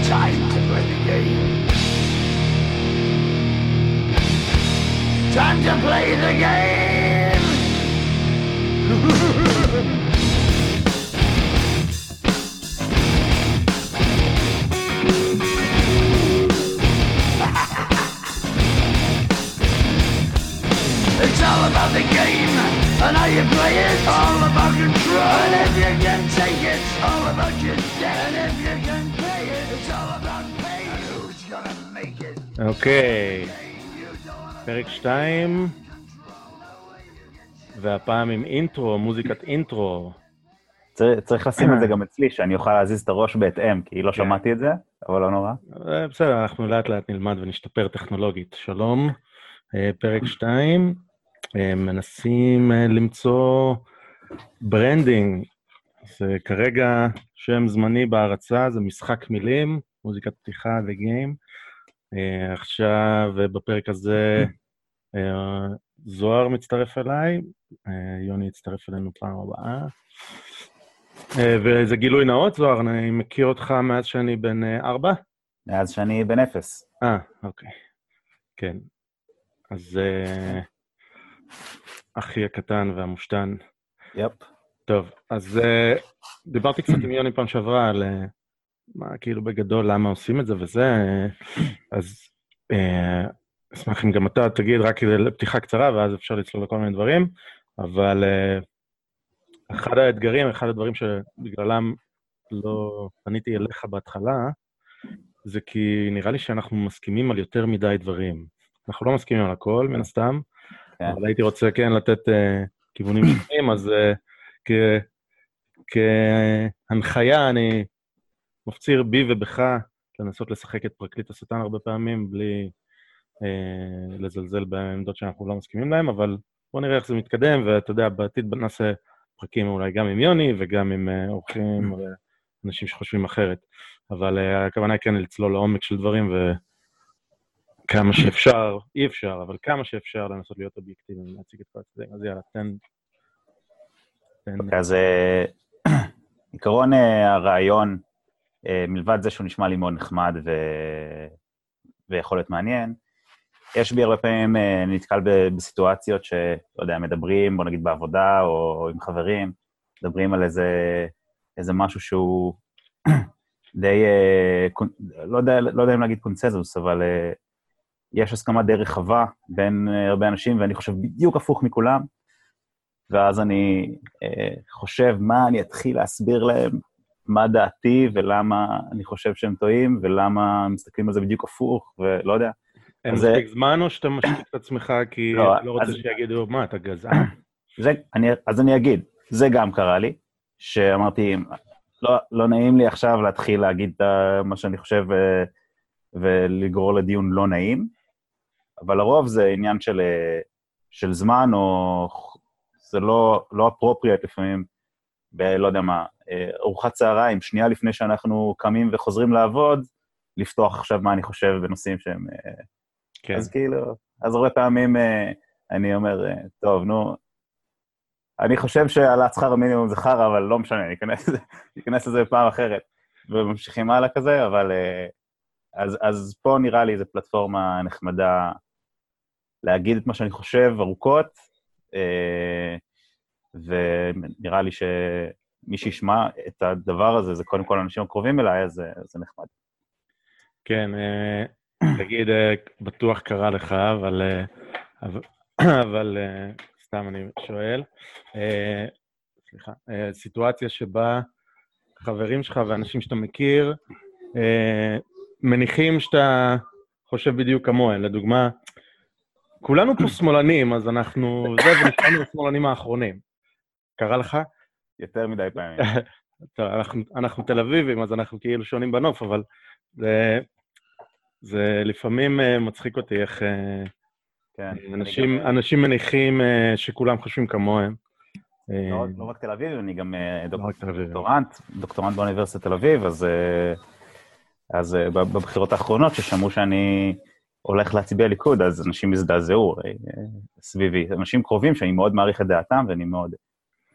Time to play the game. Time to play the game. It's all about the game and how you play it. All about control. And if you can take it, all about your debt. And if you can pay it, it's all about pay. And who's gonna make it? אוקיי, פרק 2, והפעם עם אינטרו, מוזיקת אינטרו. צריך לשים את זה גם אצלי, שאני אוכל להזיז את הראש בהתאם, כי לא שמעתי את זה, אבל לא נורא. בסדר, אנחנו לאט לאט נלמד ונשתפר טכנולוגית. שלום, פרק 2, מנסים למצוא ברנדינג. זה כרגע שם זמני בהרצה, זה משחק מילים, מוזיקת פתיחה וגיים. עכשיו בפרק הזה זוהר מצטרף אליי, יוני יצטרף אלינו פעם הבאה. וזה גילוי נאות, זוהר, אני מכיר אותך מאז שאני בן 4? מאז שאני בן 0. אוקיי. כן. אז אחי הקטן והמושתן. יפ. טוב, אז דיברתי קצת עם יוני פעם שעברה על מה, כאילו בגדול, למה עושים את זה וזה, אז אשמח אם גם אתה תגיד רק כדי לפתיחה קצרה, ואז אפשר לצלול לכל מיני דברים, אבל אחד האתגרים, אחד הדברים שבגללם לא פניתי אליך בהתחלה, זה כי נראה לי שאנחנו מסכימים על יותר מדי דברים. אנחנו לא מסכימים על הכל, מן הסתם, אבל הייתי רוצה כן לתת כיוונים שונים, אז כהנחיה אני מפציר בי ובך לנסות לשחק את פרקליט השטן הרבה פעמים, בלי לזלזל בעמדות שאנחנו לא מסכימים להם, אבל בוא נראה איך זה מתקדם, ואתה יודע, בעתיד נעשה פרקים אולי גם עם יוני, וגם עם אורחים ואנשים שחושבים אחרת. אבל הכוונה היא כן לצלול לעומק של דברים, וכמה שאפשר, אי אפשר, אבל כמה שאפשר לנסות להיות אובייקטיביים, להציג את כל הצדדים. אז יאללה, תן. אז עיקרון הרעיון, מלבד זה שהוא נשמע לי מאוד נחמד ויכול להיות מעניין, יש בי הרבה פעמים נתקל בסיטואציות שלא יודע, מדברים, בוא נגיד בעבודה או עם חברים, מדברים על איזה משהו שהוא די, לא יודע אם להגיד קונצנזוס, אבל יש הסכמה די רחבה בין הרבה אנשים, ואני חושב בדיוק הפוך מכולם, ואז אני חושב מה אני אתחיל להסביר להם, מה דעתי ולמה אני חושב שהם טועים, ולמה מסתכלים על זה בדיוק הפוך, ולא יודע. אין מספיק זמן או שאתה משתיק את עצמך כי אתה לא רוצה שיגידו, מה, אתה גזען? אז אני אגיד, זה גם קרה לי, שאמרתי, לא נעים לי עכשיו להתחיל להגיד מה שאני חושב ולגרור לדיון לא נעים, אבל לרוב זה עניין של זמן, או זה לא אפרופריאט לפעמים, לא יודע מה, ארוחת צהריים, שנייה לפני שאנחנו קמים וחוזרים לעבוד, לפתוח עכשיו מה אני חושב בנושאים שהם... כן. אז כאילו, אז הרבה פעמים אני אומר, טוב, נו, אני חושב שעלת שכר המינימום זה חרא, אבל לא משנה, ניכנס לזה פעם אחרת, וממשיכים הלאה כזה, אבל אז פה נראה לי איזו פלטפורמה נחמדה להגיד את מה שאני חושב ארוכות, ונראה לי שמי שישמע את הדבר הזה, זה קודם כל אנשים הקרובים אליי, אז זה נחמד. כן, תגיד, בטוח קרה לך, אבל סתם אני שואל, סליחה, סיטואציה שבה חברים שלך ואנשים שאתה מכיר, מניחים שאתה חושב בדיוק כמוהם, לדוגמה, כולנו פה שמאלנים, אז אנחנו, זה ונקראנו השמאלנים האחרונים. קרה לך? יותר מדי פעמים. טוב, אנחנו תל אביבים, אז אנחנו כאילו שונים בנוף, אבל זה לפעמים מצחיק אותי איך אנשים מניחים שכולם חושבים כמוהם. לא רק תל אביב, אני גם דוקטורנט באוניברסיטת תל אביב, אז בבחירות האחרונות ששמעו שאני הולך להצביע ליכוד, אז אנשים הזדעזעו סביבי. אנשים קרובים שאני מאוד מעריך את דעתם, ואני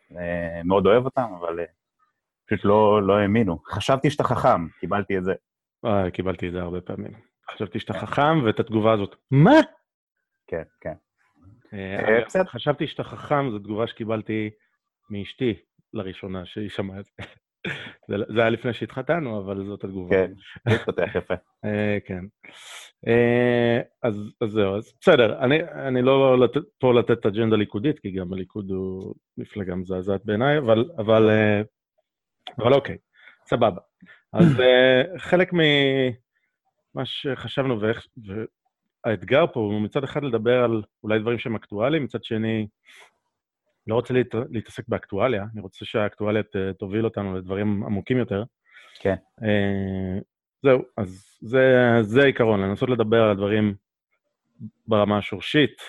מאוד אוהב אותם, אבל פשוט לא האמינו. חשבתי שאתה חכם, קיבלתי את זה. קיבלתי את זה הרבה פעמים. חשבתי שאתה חכם, ואת התגובה הזאת, מה? כן, כן. אגב, חשבתי שאתה חכם, זו תגובה שקיבלתי מאשתי לראשונה, שהיא שמעה את זה. זה היה לפני שהתחתנו, אבל זאת התגובה. כן, זה פותח יפה. כן. אז זהו, אז בסדר, אני לא פה לתת אג'נדה ליכודית, כי גם הליכוד הוא מפלגה מזעזעת בעיניי, אבל אוקיי, סבבה. אז חלק ממה שחשבנו, והאתגר פה הוא מצד אחד לדבר על אולי דברים שהם אקטואליים, מצד שני, לא רוצה להתעסק באקטואליה, אני רוצה שהאקטואליה תוביל אותנו לדברים עמוקים יותר. כן. זהו, אז זה העיקרון, לנסות לדבר על הדברים ברמה השורשית,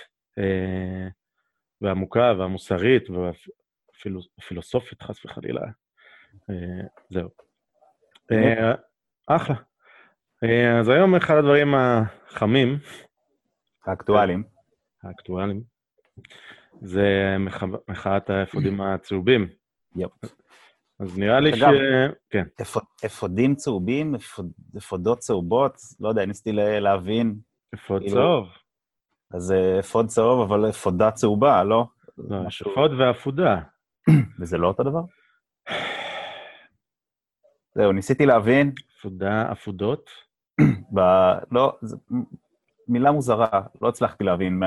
והעמוקה והמוסרית, והפילוסופית, חס וחלילה. זהו. אחלה. אז היום אחד הדברים החמים, האקטואליים, זה מחאת האפודים הצהובים. יופ. אז נראה לי כן. אפודים צהובים, אפודות צהובות, לא יודע, ניסיתי להבין. אפוד צהוב. אז אפוד צהוב, אבל אפודה צהובה, לא? לא, אפוד ואפודה. וזה לא אותו דבר? זהו, ניסיתי להבין. אפודות? לא, מילה מוזרה, לא הצלחתי להבין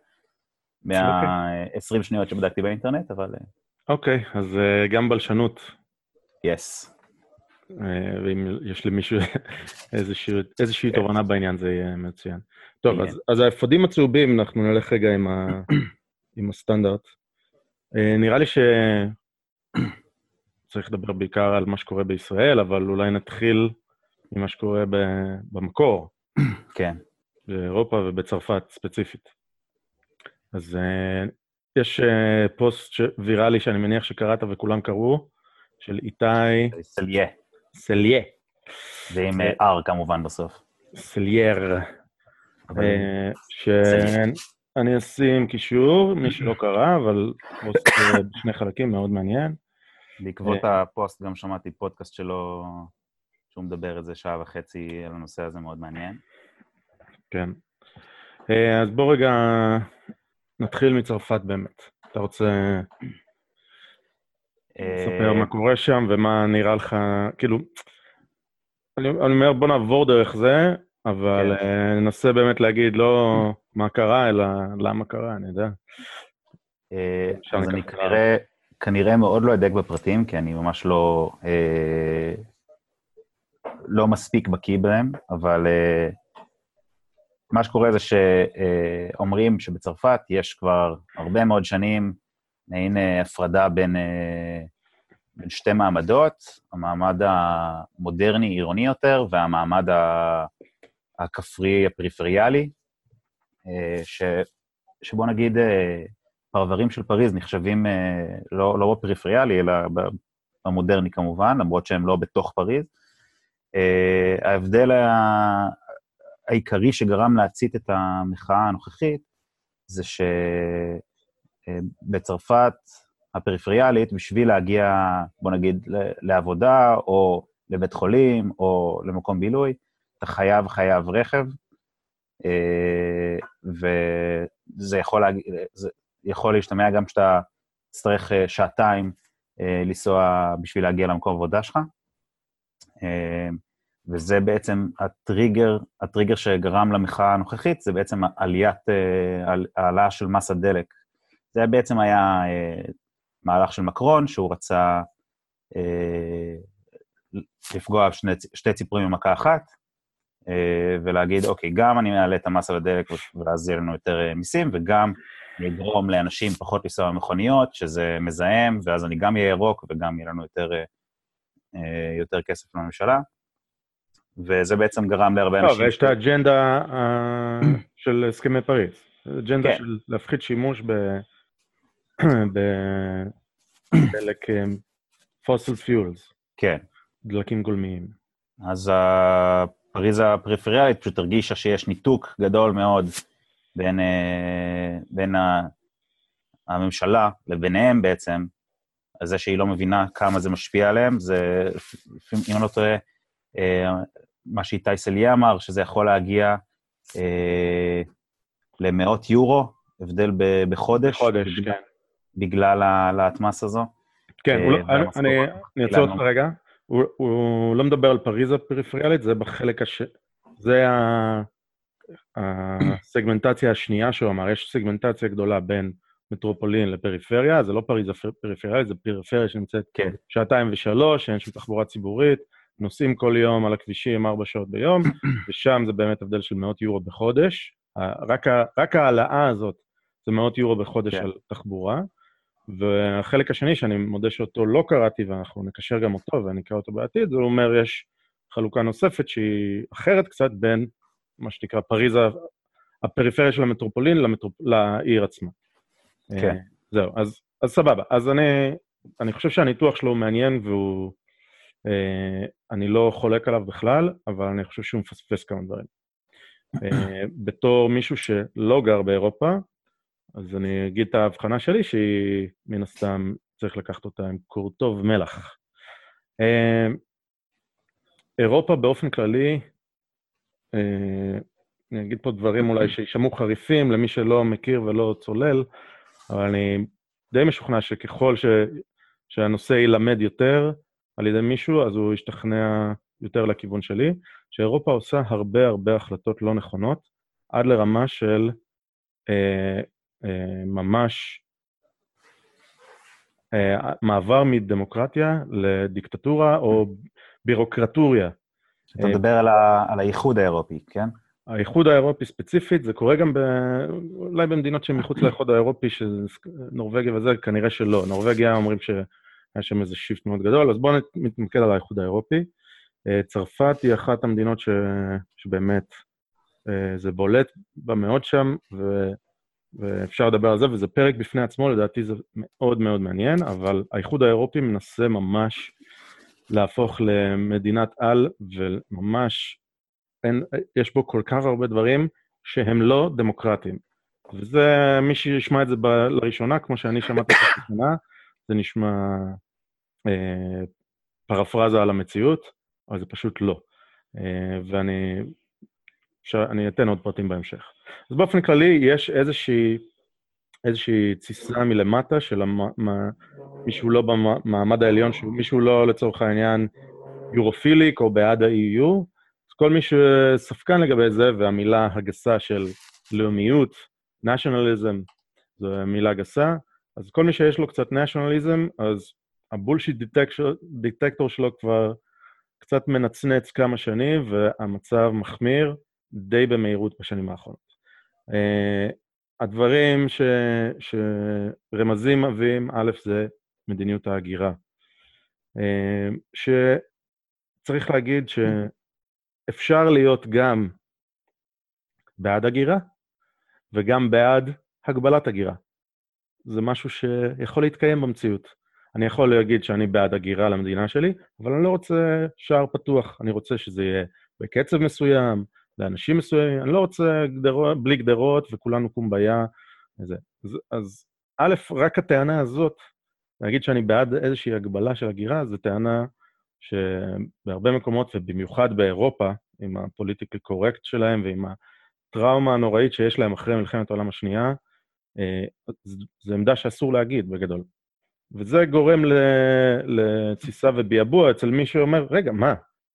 מה-20 שניות שבדקתי באינטרנט, אבל... אוקיי, אז גם בלשנות. יס. ואם יש למישהו איזושהי תובנה בעניין, זה יהיה מצוין. טוב, אז האפודים הצהובים, אנחנו נלך רגע עם הסטנדרט. נראה לי שצריך לדבר בעיקר על מה שקורה בישראל, אבל אולי נתחיל ממה שקורה במקור. כן. באירופה ובצרפת ספציפית. אז יש פוסט ויראלי שאני מניח שקראת וכולם קראו, של איתי... סליה. ועם R כמובן בסוף. סלייר. שאני אשים קישור, מי שלא קרא, אבל פוסט בשני חלקים מאוד מעניין. בעקבות הפוסט גם שמעתי פודקאסט שלו, שהוא מדבר איזה שעה וחצי על הנושא הזה, מאוד מעניין. כן. אז בוא רגע נתחיל מצרפת באמת. אתה רוצה לספר מה קורה שם ומה נראה לך, כאילו, אני אומר בוא נעבור דרך זה, אבל ננסה באמת להגיד לא מה קרה, אלא למה קרה, אני יודע. אז אני כנראה מאוד לא אדק בפרטים, כי אני ממש לא מספיק בקיא בהם, אבל מה שקורה זה שאומרים שבצרפת יש כבר הרבה מאוד שנים מעין הפרדה בין שתי מעמדות, המעמד המודרני עירוני יותר והמעמד הכפרי הפריפריאלי, שבוא נגיד פרברים של פריז נחשבים לא בפריפריאלי אלא במודרני כמובן, למרות שהם לא בתוך פריז. ההבדל העיקרי שגרם להצית את המחאה הנוכחית, זה שבצרפת הפריפריאלית, בשביל להגיע, בוא נגיד, לעבודה, או לבית חולים, או למקום בילוי, אתה חייב רכב, וזה יכול להשתמע גם שאתה צריך שעתיים לנסוע בשביל להגיע למקום עבודה שלך, וזה בעצם הטריגר שגרם למחאה הנוכחית, זה בעצם העלאה של מס הדלק. זה בעצם היה מהלך של מקרון, שהוא רצה לפגוע שתי ציפורים במכה אחת, ולהגיד, אוקיי, גם אני מעלה את המס על הדלק, ואז יהיה לנו יותר מיסים, וגם יגרום לאנשים פחות לנסוע במכוניות, שזה מזהם, ואז אני גם אהיה ירוק, וגם יהיה לנו יותר כסף לממשלה. וזה בעצם גרם להרבה אנשים... טוב, יש את האג'נדה של הסכמי פריז. אג'נדה של להפחית שימוש בדלק fossil fuels. כן. דלקים גולמיים. אז פריז הפריפריאלית פשוט הרגישה שיש ניתוק גדול מאוד בין הממשלה לביניהם בעצם, על זה שהיא לא מבינה כמה זה משפיע עליהם. זה, אם אני לא טועה, מה שאיתי סליה אמר, שזה יכול להגיע למאות יורו, הבדל בחודש. בחודש, כן. בגלל הלהטמס הזו. כן, אני אעצור אותך רגע. הוא לא מדבר על פריז הפריפריאלית, זה בחלק זה הסגמנטציה השנייה שהוא אמר, יש סגמנטציה גדולה בין מטרופולין לפריפריה, זה לא פריז הפריפריאלית, זה פריפריה שנמצאת 2 ו3, שאין שם תחבורה ציבורית, נוסעים כל יום על הכבישים 4 שעות ביום, ושם זה באמת הבדל של מאות יורו בחודש, רק העלאה הזאת זה מאות יורו בחודש על תחבורה, והחלק השני שאני מודה שאותו לא קראתי, ואנחנו נקשר גם אותו ואני אקרא אותו בעתיד, זה אומר יש חלוקה נוספת שהיא אחרת קצת בין מה שנקרא פריז, הפריפריה של המטרופולין לעיר עצמה. כן. זהו, אז סבבה. אז אני חושב שהניתוח שלו מעניין, והוא, אני לא חולק עליו בכלל, אבל אני חושב שהוא מפספס כמה דברים. בתור מישהו שלא גר באירופה, אז אני אגיד את ההבחנה שלי, שהיא מן הסתם צריך לקחת אותה עם קורטוב מלח. אירופה באופן כללי, אני אגיד פה דברים אולי שישמעו חריפים למי שלא מכיר ולא צולל, אבל אני די משוכנע שככל שהנושא ילמד יותר על ידי מישהו, אז הוא ישתכנע יותר לכיוון שלי, שאירופה עושה הרבה החלטות לא נכונות, עד לרמה של ממש מעבר מדמוקרטיה לדיקטטורה או בירוקרטוריה. אתה מדבר על האיחוד האירופי, כן? האיחוד האירופי ספציפית, זה קורה גם אולי במדינות שהן מחוץ לאיחוד האירופי, שנורווגיה וזה, כנראה שלא. נורווגיה אומרים שהיה שם איזה שיפט מאוד גדול, אז בואו נתמקד על האיחוד האירופי. צרפת היא אחת המדינות שבאמת זה בולט במאוד שם, ואפשר לדבר על זה, וזה פרק בפני עצמו, לדעתי זה מאוד מעניין, אבל האיחוד האירופי מנסה ממש להפוך למדינת על, וממש יש בו כל כך הרבה דברים שהם לא דמוקרטיים. וזה, מי שישמע את זה לראשונה, כמו שאני שמעתי את הראשונה, זה נשמע פרפרזה על המציאות, אבל זה פשוט לא. ואני אתן עוד פרטים בהמשך. אז באופן כללי, יש איזושהי ציסה מלמטה של מישהו לא במעמד העליון, מישהו לא לצורך העניין יורופיליק או בעד ה-EU, אז כל מי שספקן לגבי זה, והמילה הגסה של לאומיות, nationalism, זו מילה גסה, אז כל מי שיש לו קצת nationalism, אז הבולשיט דטקטור שלו כבר קצת מנצנץ כמה שנים, והמצב מחמיר די במהירות בשנים האחרונות. הדברים שרמזים מביאים, א' זה מדיניות ההגירה, שצריך להגיד שאפשר להיות גם בעד הגירה, וגם בעד הגבלת הגירה. זה משהו שיכול להתקיים במציאות. אני יכול להגיד שאני בעד הגירה למדינה שלי, אבל אני לא רוצה שער פתוח, אני רוצה שזה יהיה בקצב מסוים, לאנשים מסוימים, אני לא רוצה בלי גדרות וכולנו קומביה. אז א', רק הטענה הזאת, להגיד שאני בעד איזושהי הגבלה של הגירה, זו טענה שבהרבה מקומות, ובמיוחד באירופה, עם הפוליטיקל קורקט שלהם, ועם הטראומה הנוראית שיש להם אחרי מלחמת העולם השנייה, זו עמדה שאסור להגיד בגדול. וזה גורם לציסה וביאבוע אצל מי שאומר, רגע, מה?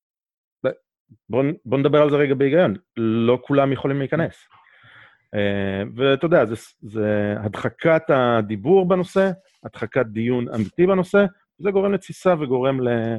בוא נדבר על זה רגע בהיגיון, לא כולם יכולים להיכנס. ואתה יודע, זה הדחקת הדיבור בנושא, הדחקת דיון אמיתי בנושא, זה גורם לציסה וגורם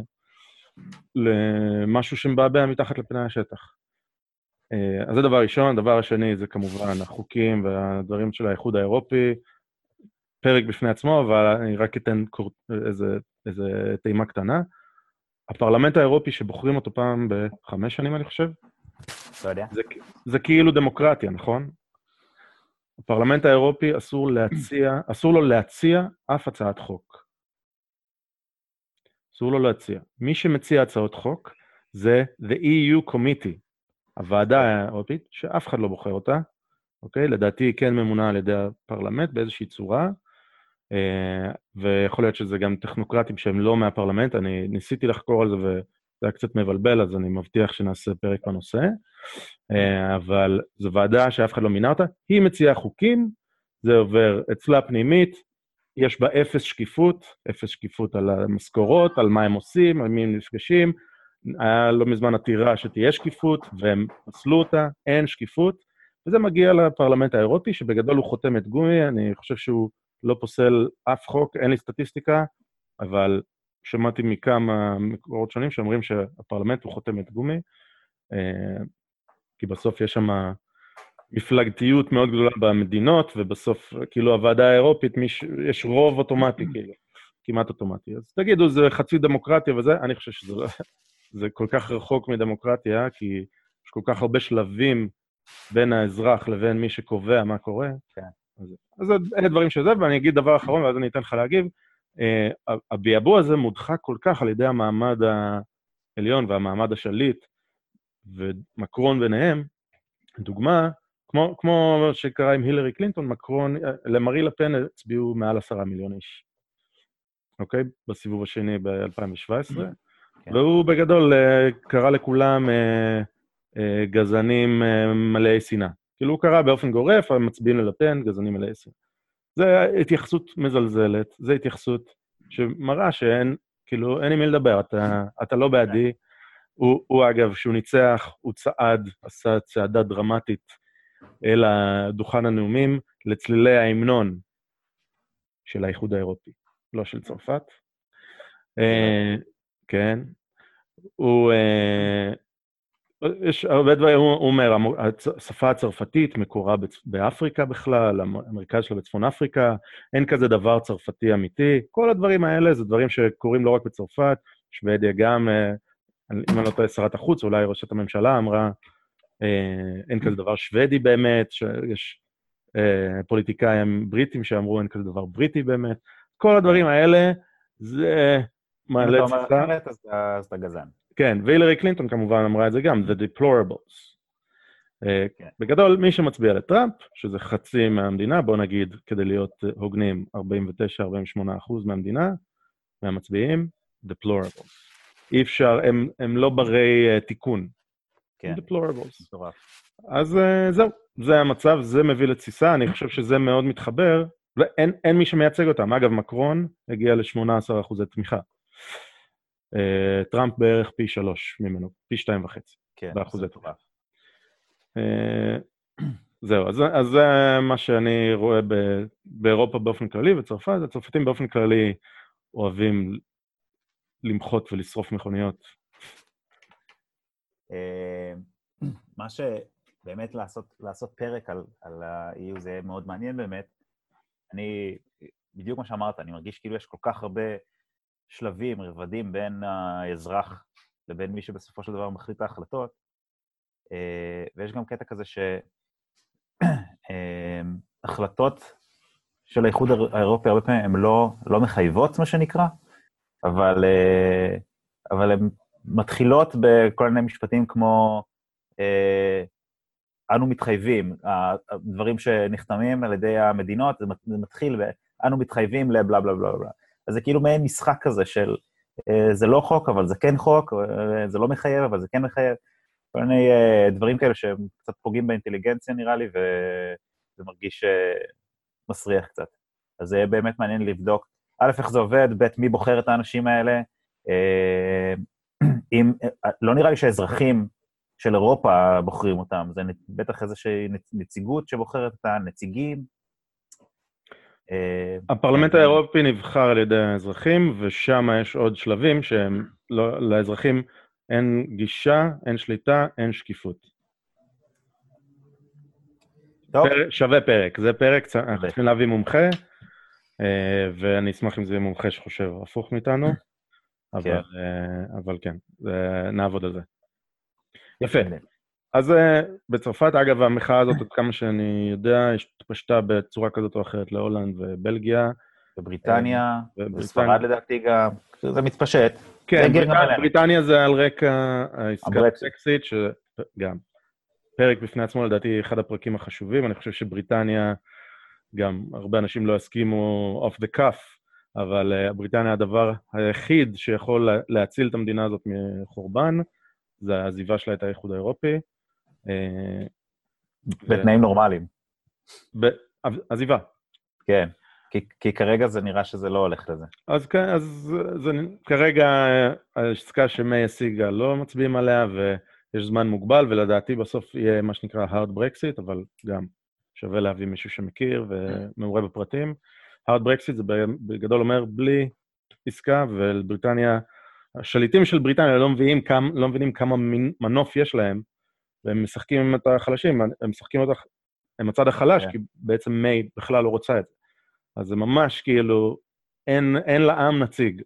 למשהו שמבעבע מתחת לפני השטח. אז זה דבר ראשון. דבר השני זה כמובן החוקים והדברים של האיחוד האירופי, פרק בפני עצמו, אבל אני רק אתן איזה טעימה קטנה. הפרלמנט האירופי שבוחרים אותו פעם ב5 שנים, אני חושב. לא יודע. זה כאילו דמוקרטיה, נכון? הפרלמנט האירופי אסור לו להציע אף הצעת חוק. אסור לו להציע. מי שמציע הצעות חוק זה The EU Committee, הוועדה האירופית, שאף אחד לא בוחר אותה, אוקיי? לדעתי היא כן ממונה על ידי הפרלמנט באיזושהי צורה, ויכול להיות שזה גם טכנוקרטים שהם לא מהפרלמנט, אני ניסיתי לחקור על זה זה היה קצת מבלבל, אז אני מבטיח שנעשה פרק בנושא, אבל זו ועדה שאף אחד לא מינה אותה, היא מציעה חוקים, זה עובר אצלה פנימית, יש בה אפס שקיפות על המשכורות, על מה הם עושים, על מי הם נפגשים, היה לא מזמן עתירה שתהיה שקיפות, והם פסלו אותה, אין שקיפות, וזה מגיע לפרלמנט האירופי, שבגדול הוא חותמת גומי, אני חושב שהוא לא פוסל אף חוק, אין לי סטטיסטיקה, אבל שמעתי מכמה מקורות שונים שאומרים שהפרלמנט הוא חותמת גומי, כי בסוף יש שם מפלגתיות מאוד גדולה במדינות, ובסוף כאילו הוועדה האירופית, יש רוב אוטומטי, כאילו, כמעט אוטומטי. אז תגידו, זה חצי דמוקרטיה וזה, אני חושב שזה זה כל כך רחוק מדמוקרטיה, כי יש כל כך הרבה שלבים בין האזרח לבין מי שקובע מה קורה. כן. אז אלה דברים שזה, ואני אגיד דבר אחרון, ואז אני אתן לך להגיב. הביאבוע הזה מודחק כל כך על ידי המעמד העליון והמעמד השליט, ומקרון ביניהם, דוגמה, כמו שקרה עם הילרי קלינטון, מקרון, למרי לפן הצביעו מעל 10 מיליון איש. אוקיי? בסיבוב השני ב-2017. כן. והוא בגדול קרא לכולם גזענים מלאי שנאה. כאילו הוא קרא באופן גורף, המצביעים ללפן, גזענים מלאי שנאה. זה התייחסות מזלזלת, זה התייחסות שמראה שאין, כאילו, אין עם מי לדבר, אתה לא בעדי. הוא אגב, שהוא ניצח, הוא צעד, עשה צעדה דרמטית אל הדוכן הנאומים, לצלילי ההמנון של האיחוד האירופי, לא של צרפת. כן. יש הרבה דברים, הוא אומר, השפה הצרפתית מקורה באפריקה בכלל, המרכז שלה בצפון אפריקה, אין כזה דבר צרפתי אמיתי, כל הדברים האלה זה דברים שקורים לא רק בצרפת, שוודיה גם, אם אני לא טועה, שרת החוץ, אולי ראשת הממשלה אמרה, אין כזה דבר שוודי באמת, שיש פוליטיקאים בריטים שאמרו אין כזה דבר בריטי באמת, כל הדברים האלה, זה מעלה תפיסה. אם אתה אומר אחרת, אז אתה גזען. כן, והילרי קלינטון כמובן אמרה את זה גם, the deplorables. בגדול, מי שמצביע לטראמפ, שזה חצי מהמדינה, בוא נגיד, כדי להיות הוגנים, 49-48% מהמדינה, מהמצביעים, deplorables. אי אפשר, הם לא ברי תיקון. כן. deplorables. אז זהו, זה המצב, זה מביא לתסיסה, אני חושב שזה מאוד מתחבר, ואין מי שמייצג אותם. אגב, מקרון הגיע ל-18% תמיכה. טראמפ בערך פי 3 ממנו, פי 2.5. כן, באחוזי תמיכה. זהו, אז זה מה שאני רואה באירופה באופן כללי, וצרפת, הצרפתים באופן כללי אוהבים למחות ולשרוף מכוניות. מה שבאמת לעשות פרק על ה-EU זה מאוד מעניין באמת. אני, בדיוק מה שאמרת, אני מרגיש כאילו יש כל כך הרבה שלבים, רבדים בין האזרח לבין מי שבסופו של דבר מחליט ההחלטות, ויש גם קטע כזה שהחלטות של האיחוד האירופי הרבה פעמים הן לא מחייבות, מה שנקרא, אבל הן מתחילות בכל מיני משפטים כמו אנו מתחייבים, הדברים שנחתמים על ידי המדינות, זה מתחיל ואנו מתחייבים לבלה בלה בלה בלה. אז זה כאילו מעין משחק כזה של, זה לא חוק, אבל זה כן חוק, זה לא מחייב, אבל זה כן מחייב. כל מיני דברים כאלה שהם קצת פוגעים באינטליגנציה נראה לי, וזה מרגיש מסריח קצת. אז זה באמת מעניין לבדוק, א', איך זה עובד, ב', מי בוחר את האנשים האלה, לא נראה לי שהאזרחים של אירופה בוחרים אותם, זה בטח איזושהי נציגות שבוחרת את הנציגים. הפרלמנט האירופי נבחר על ידי האזרחים, ושם יש עוד שלבים שהם, לאזרחים אין גישה, אין שליטה, אין שקיפות. טוב. שווה פרק, זה פרק, אנחנו צריכים להביא מומחה, ואני אשמח אם זה יהיה מומחה שחושב הפוך מאיתנו, אבל כן, נעבוד על זה. יפה. אז בצרפת, אגב, המחאה הזאת, עד כמה שאני יודע, התפשטה בצורה כזאת או אחרת להולנד ובלגיה. בבריטניה, בספרד לדעתי גם, זה מתפשט. כן, בריטניה זה על רקע העסקת ברקסיט, שגם פרק בפני עצמו, לדעתי, אחד הפרקים החשובים. אני חושב שבריטניה, גם הרבה אנשים לא הסכימו off the cuff, אבל בריטניה הדבר היחיד שיכול להציל את המדינה הזאת מחורבן, זה העזיבה שלה את האיחוד האירופי. בתנאים נורמליים. עזיבה. כן, כי כרגע זה נראה שזה לא הולך לזה. אז כרגע העסקה שמי השיגה לא מצביעים עליה, ויש זמן מוגבל, ולדעתי בסוף יהיה מה שנקרא hard Brexit, אבל גם שווה להביא מישהו שמכיר ומעורה בפרטים. hard Brexit זה בגדול אומר בלי עסקה, ולבריטניה, השליטים של בריטניה לא מבינים כמה מנוף יש להם, והם משחקים עם את החלשים, הם משחקים עם הצד החלש, כי בעצם מי בכלל לא רוצה את זה. אז זה ממש כאילו, אין לעם נציג.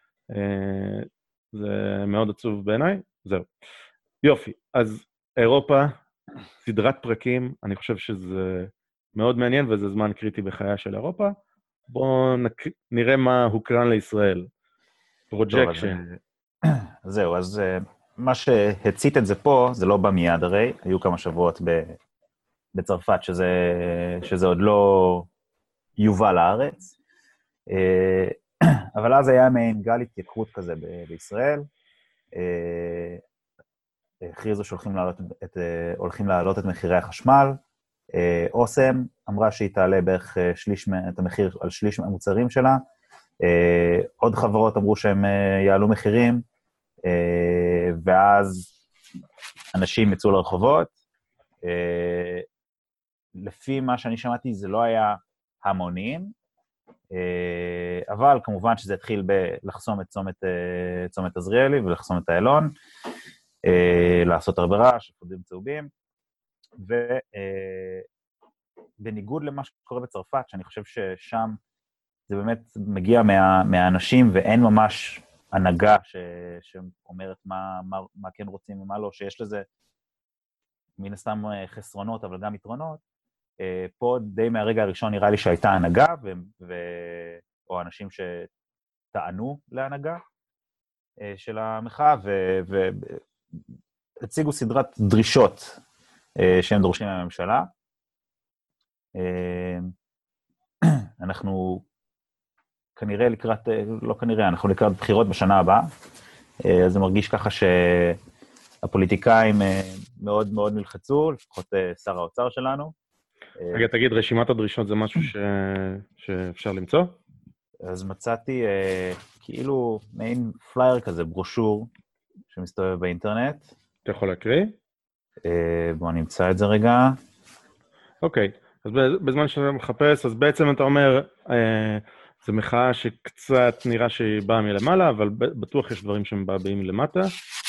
זה מאוד עצוב בעיניי, זהו. יופי, אז אירופה, סדרת פרקים, אני חושב שזה מאוד מעניין, וזה זמן קריטי בחייה של אירופה. בואו נראה מה הוקרן לישראל. פרוג'קשן. זהו, אז מה שהצית את זה פה, זה לא בא מיד הרי, היו כמה שבועות בצרפת, שזה עוד לא יובא לארץ, אבל אז היה מעין גל התייקרות כזה בישראל, הכריזו שהולכים להעלות את מחירי החשמל, אוסם אמרה שהיא תעלה בערך את המחיר על שליש מהמוצרים שלה, עוד חברות אמרו שהם יעלו מחירים, ואז אנשים יצאו לרחובות, לפי מה שאני שמעתי זה לא היה המונים, אבל כמובן שזה התחיל בלחסום את צומת עזריאלי ולחסום את איילון, לעשות הרבה רעש, אפודים צהובים, ובניגוד למה שקורה בצרפת, שאני חושב ששם זה באמת מגיע מהאנשים, ואין ממש הנהגה שאומרת מה כן רוצים ומה לא, שיש לזה מן הסתם חסרונות, אבל גם יתרונות. פה די מהרגע הראשון נראה לי שהייתה הנהגה, או אנשים שטענו להנהגה של המחאה, והציגו סדרת דרישות שהם דורשים מהממשלה. אנחנו כנראה אנחנו לקראת בחירות בשנה הבאה, אז זה מרגיש ככה שהפוליטיקאים מאוד מאוד נלחצו, לפחות שר האוצר שלנו. רגע, תגיד, רשימת הדרישות זה משהו שאפשר למצוא? אז מצאתי כאילו מעין פלייר כזה, ברושור, שמסתובב באינטרנט. אתה יכול להקריא? בואו נמצא את זה רגע. אוקיי, אז בזמן שאתה מחפש, אז בעצם אתה אומר, זו מחאה שקצת נראה שהיא באה מלמעלה, אבל בטוח יש דברים שהם באים מלמטה.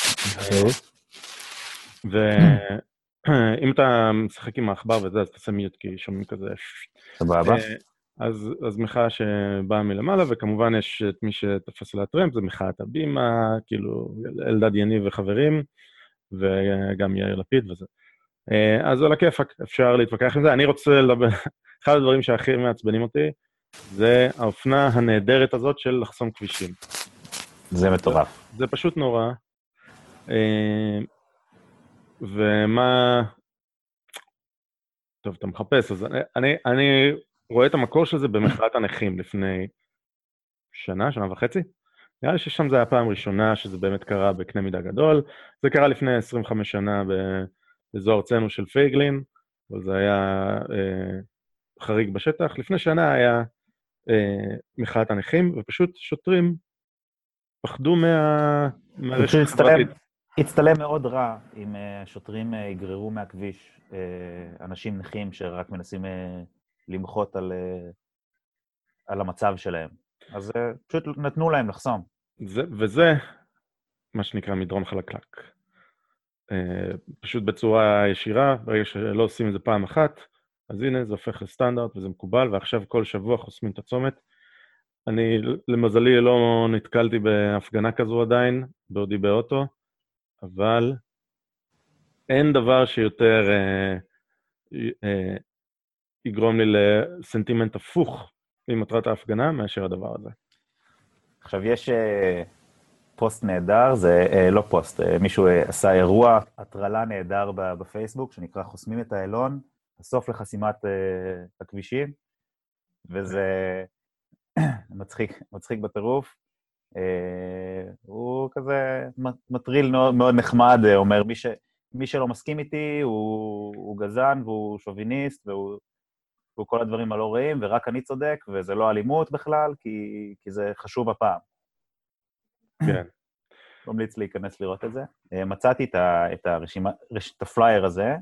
ואם אתה משחק עם האחבר וזה, אז תעשה מיוט, כי שומעים כזה. סבבה. אז מחאה שבאה מלמעלה, וכמובן יש את מי שתפס לה טרמפ, זה מחאת הבימה, כאילו אלדד יניב וחברים, וגם יאיר לפיד וזה. אז על הכיפק, אפשר להתווכח עם זה. אני רוצה לדבר, אחד הדברים שהכי מעצבנים אותי, זה האופנה הנהדרת הזאת של לחסום כבישים. זה מטורף. זה פשוט נורא. ומה... טוב, אתה מחפש, אז אני רואה את המקור של זה במחאת הנכים לפני שנה וחצי. נראה לי ששם זה היה פעם ראשונה שזה באמת קרה בקנה מידה גדול. זה קרה לפני 25 שנה באזור ארצנו של פייגלין, אבל זה היה חריג בשטח. לפני שנה היה מחאת הנכים, ופשוט שוטרים פחדו מהרשת החברתית. הצטלם מאוד רע אם שוטרים יגררו מהכביש אנשים נכים שרק מנסים למחות על המצב שלהם. אז פשוט נתנו להם לחסום. וזה מה שנקרא מדרון חלקלק. פשוט בצורה ישירה, ברגע שלא עושים את זה פעם אחת, אז הנה זה הופך לסטנדרט וזה מקובל, ועכשיו כל שבוע חוסמים את הצומת. אני למזלי לא נתקלתי בהפגנה כזו עדיין, בעודי באוטו, אבל אין דבר שיותר יגרום לי לסנטימנט הפוך ממטרת ההפגנה מאשר הדבר הזה. עכשיו יש פוסט נהדר, זה לא פוסט, מישהו עשה אירוע הטרלה נהדר בפייסבוק, שנקרא חוסמים את איילון, הסוף לחסימת הכבישים, וזה מצחיק בטירוף. הוא כזה מטריל מאוד, מאוד נחמד, אומר, מי שלא מסכים איתי הוא גזען והוא שוביניסט והוא כל הדברים הלא רעים, ורק אני צודק, וזה לא אלימות בכלל, כי זה חשוב הפעם. כן. ממליץ להיכנס לראות את זה. מצאתי את הרשימה, את הפלייר הזה.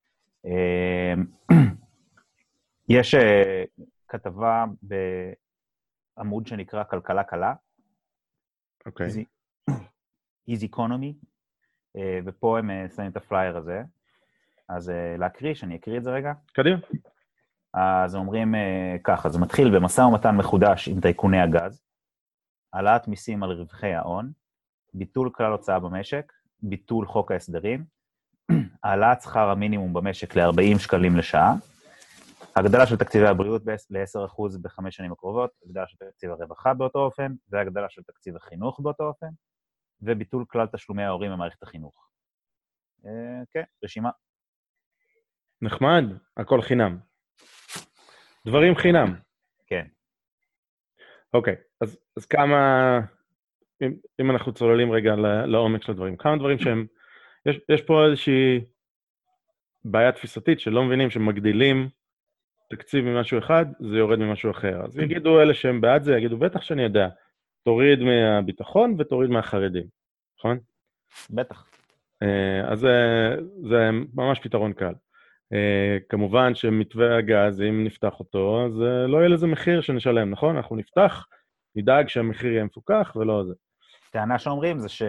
יש כתבה בעמוד שנקרא כלכלה קלה. אוקיי. Easy Economy, ופה הם שמים את הפלייר הזה. אז להקריא, שאני אקריא את זה רגע. קדימה. אז אומרים ככה, זה מתחיל במשא ומתן מחודש עם טייקוני הגז, העלאת מיסים על רווחי ההון, ביטול כלל הוצאה במשק, ביטול חוק ההסדרים, העלאת שכר המינימום במשק ל-40 שקלים לשעה, הגדלה של תקציבי הבריאות ל-10% ב5 שנים הקרובות, הגדלה של תקציב הרווחה באותו אופן, והגדלה של תקציב החינוך באותו אופן, וביטול כלל תשלומי ההורים במערכת החינוך. כן, רשימה. נחמד, הכל חינם. דברים חינם. כן. אוקיי, אז כמה, אם אנחנו צוללים רגע לעומק של הדברים, כמה דברים שהם, יש פה איזושהי בעיה תפיסתית שלא מבינים שמגדילים תקציב ממשהו אחד, זה יורד ממשהו אחר. אז יגידו אלה שהם בעד זה, יגידו בטח שאני יודע, תוריד מהביטחון ותוריד מהחרדים, נכון? בטח. אז זה ממש פתרון קל. כמובן שמתווה הגז, אם נפתח אותו, אז לא יהיה לזה מחיר שנשלם, נכון? אנחנו נפתח, נדאג שהמחיר יהיה מפוקח ולא זה. טענה שאומרים זה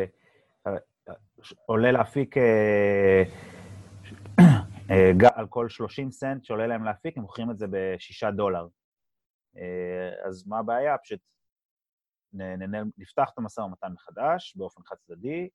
שעולה להפיק על כל 30 סנט שעולה להם להפיק, הם מוכרים את זה $6. אז מה הבעיה? פשוט נפתח את המשא ומתן מחדש, באופן חד צדדי,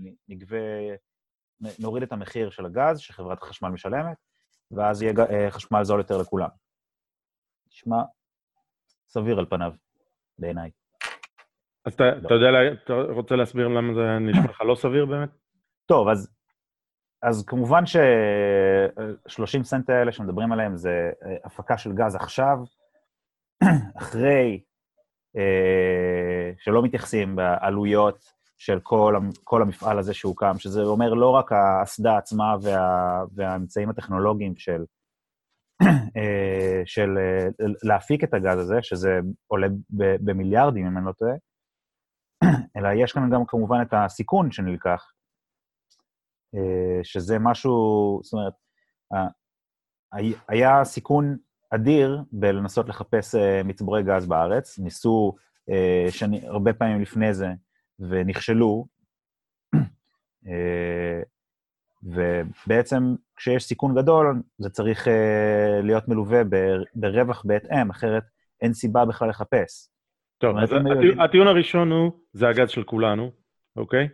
נוריד את המחיר של הגז שחברת החשמל משלמת, ואז יהיה חשמל זול יותר לכולם. נשמע סביר על פניו, בעיניי. אז אתה יודע, אתה רוצה להסביר למה זה נשמע לך לא סביר באמת? טוב, אז כמובן ש30 סנט האלה שמדברים עליהם זה הפקה של גז עכשיו, אחרי שלא מתייחסים בעלויות של כל המפעל הזה שהוקם, שזה אומר לא רק האסדה עצמה והאמצעים הטכנולוגיים של להפיק את הגז הזה, שזה עולה במיליארדים, אם אני לא טועה, אלא יש כאן גם כמובן את הסיכון שנלקח, שזה משהו, זאת אומרת, היה סיכון אדיר בלנסות לחפש מצבורי גז בארץ, ניסו הרבה פעמים לפני זה, ונכשלו, ובעצם כשיש סיכון גדול, זה צריך להיות מלווה ברווח בהתאם, אחרת אין סיבה בכלל לחפש. טוב, אז הטיעון הראשון הוא, זה הגז של כולנו, אוקיי?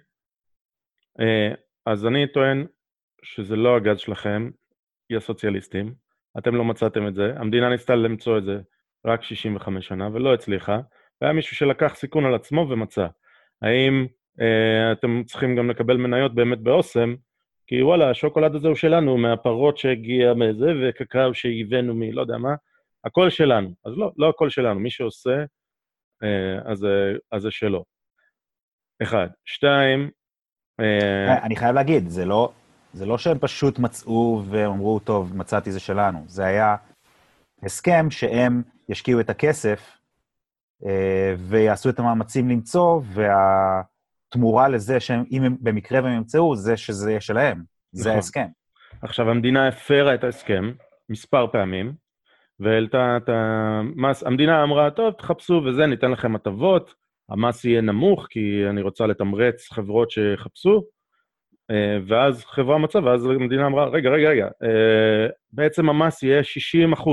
אז אני טוען שזה לא הגז שלכם, היא הסוציאליסטים, אתם לא מצאתם את זה, המדינה ניסתה למצוא את זה רק 65 שנה, ולא הצליחה, והיה מישהו שלקח סיכון על עצמו ומצא. האם אתם צריכים גם לקבל מניות באמת באוסם, כי וואלה, השוקולד הזה הוא שלנו, מהפרות שהגיע מזה, וקקאו שהבאנו לא יודע מה, הכל שלנו. אז לא הכל שלנו, מי שעושה, אז זה שלו. אחד. שתיים, אני חייב להגיד, זה לא שהם פשוט מצאו ואמרו, טוב, מצאתי זה שלנו. זה היה הסכם שהם ישקיעו את הכסף, ויעשו את המאמצים למצוא, והתמורה לזה שאם הם במקרה והם ימצאו, זה שזה יהיה שלהם. זה ההסכם. עכשיו, המדינה הפרה את ההסכם מספר פעמים, והעלתה את המס, המדינה אמרה, טוב, תחפשו וזה, ניתן לכם הטבות, המס יהיה נמוך, כי אני רוצה לתמרץ חברות שחפשו, ואז חברה מצא, ואז המדינה אמרה, רגע, בעצם המס יהיה 60%,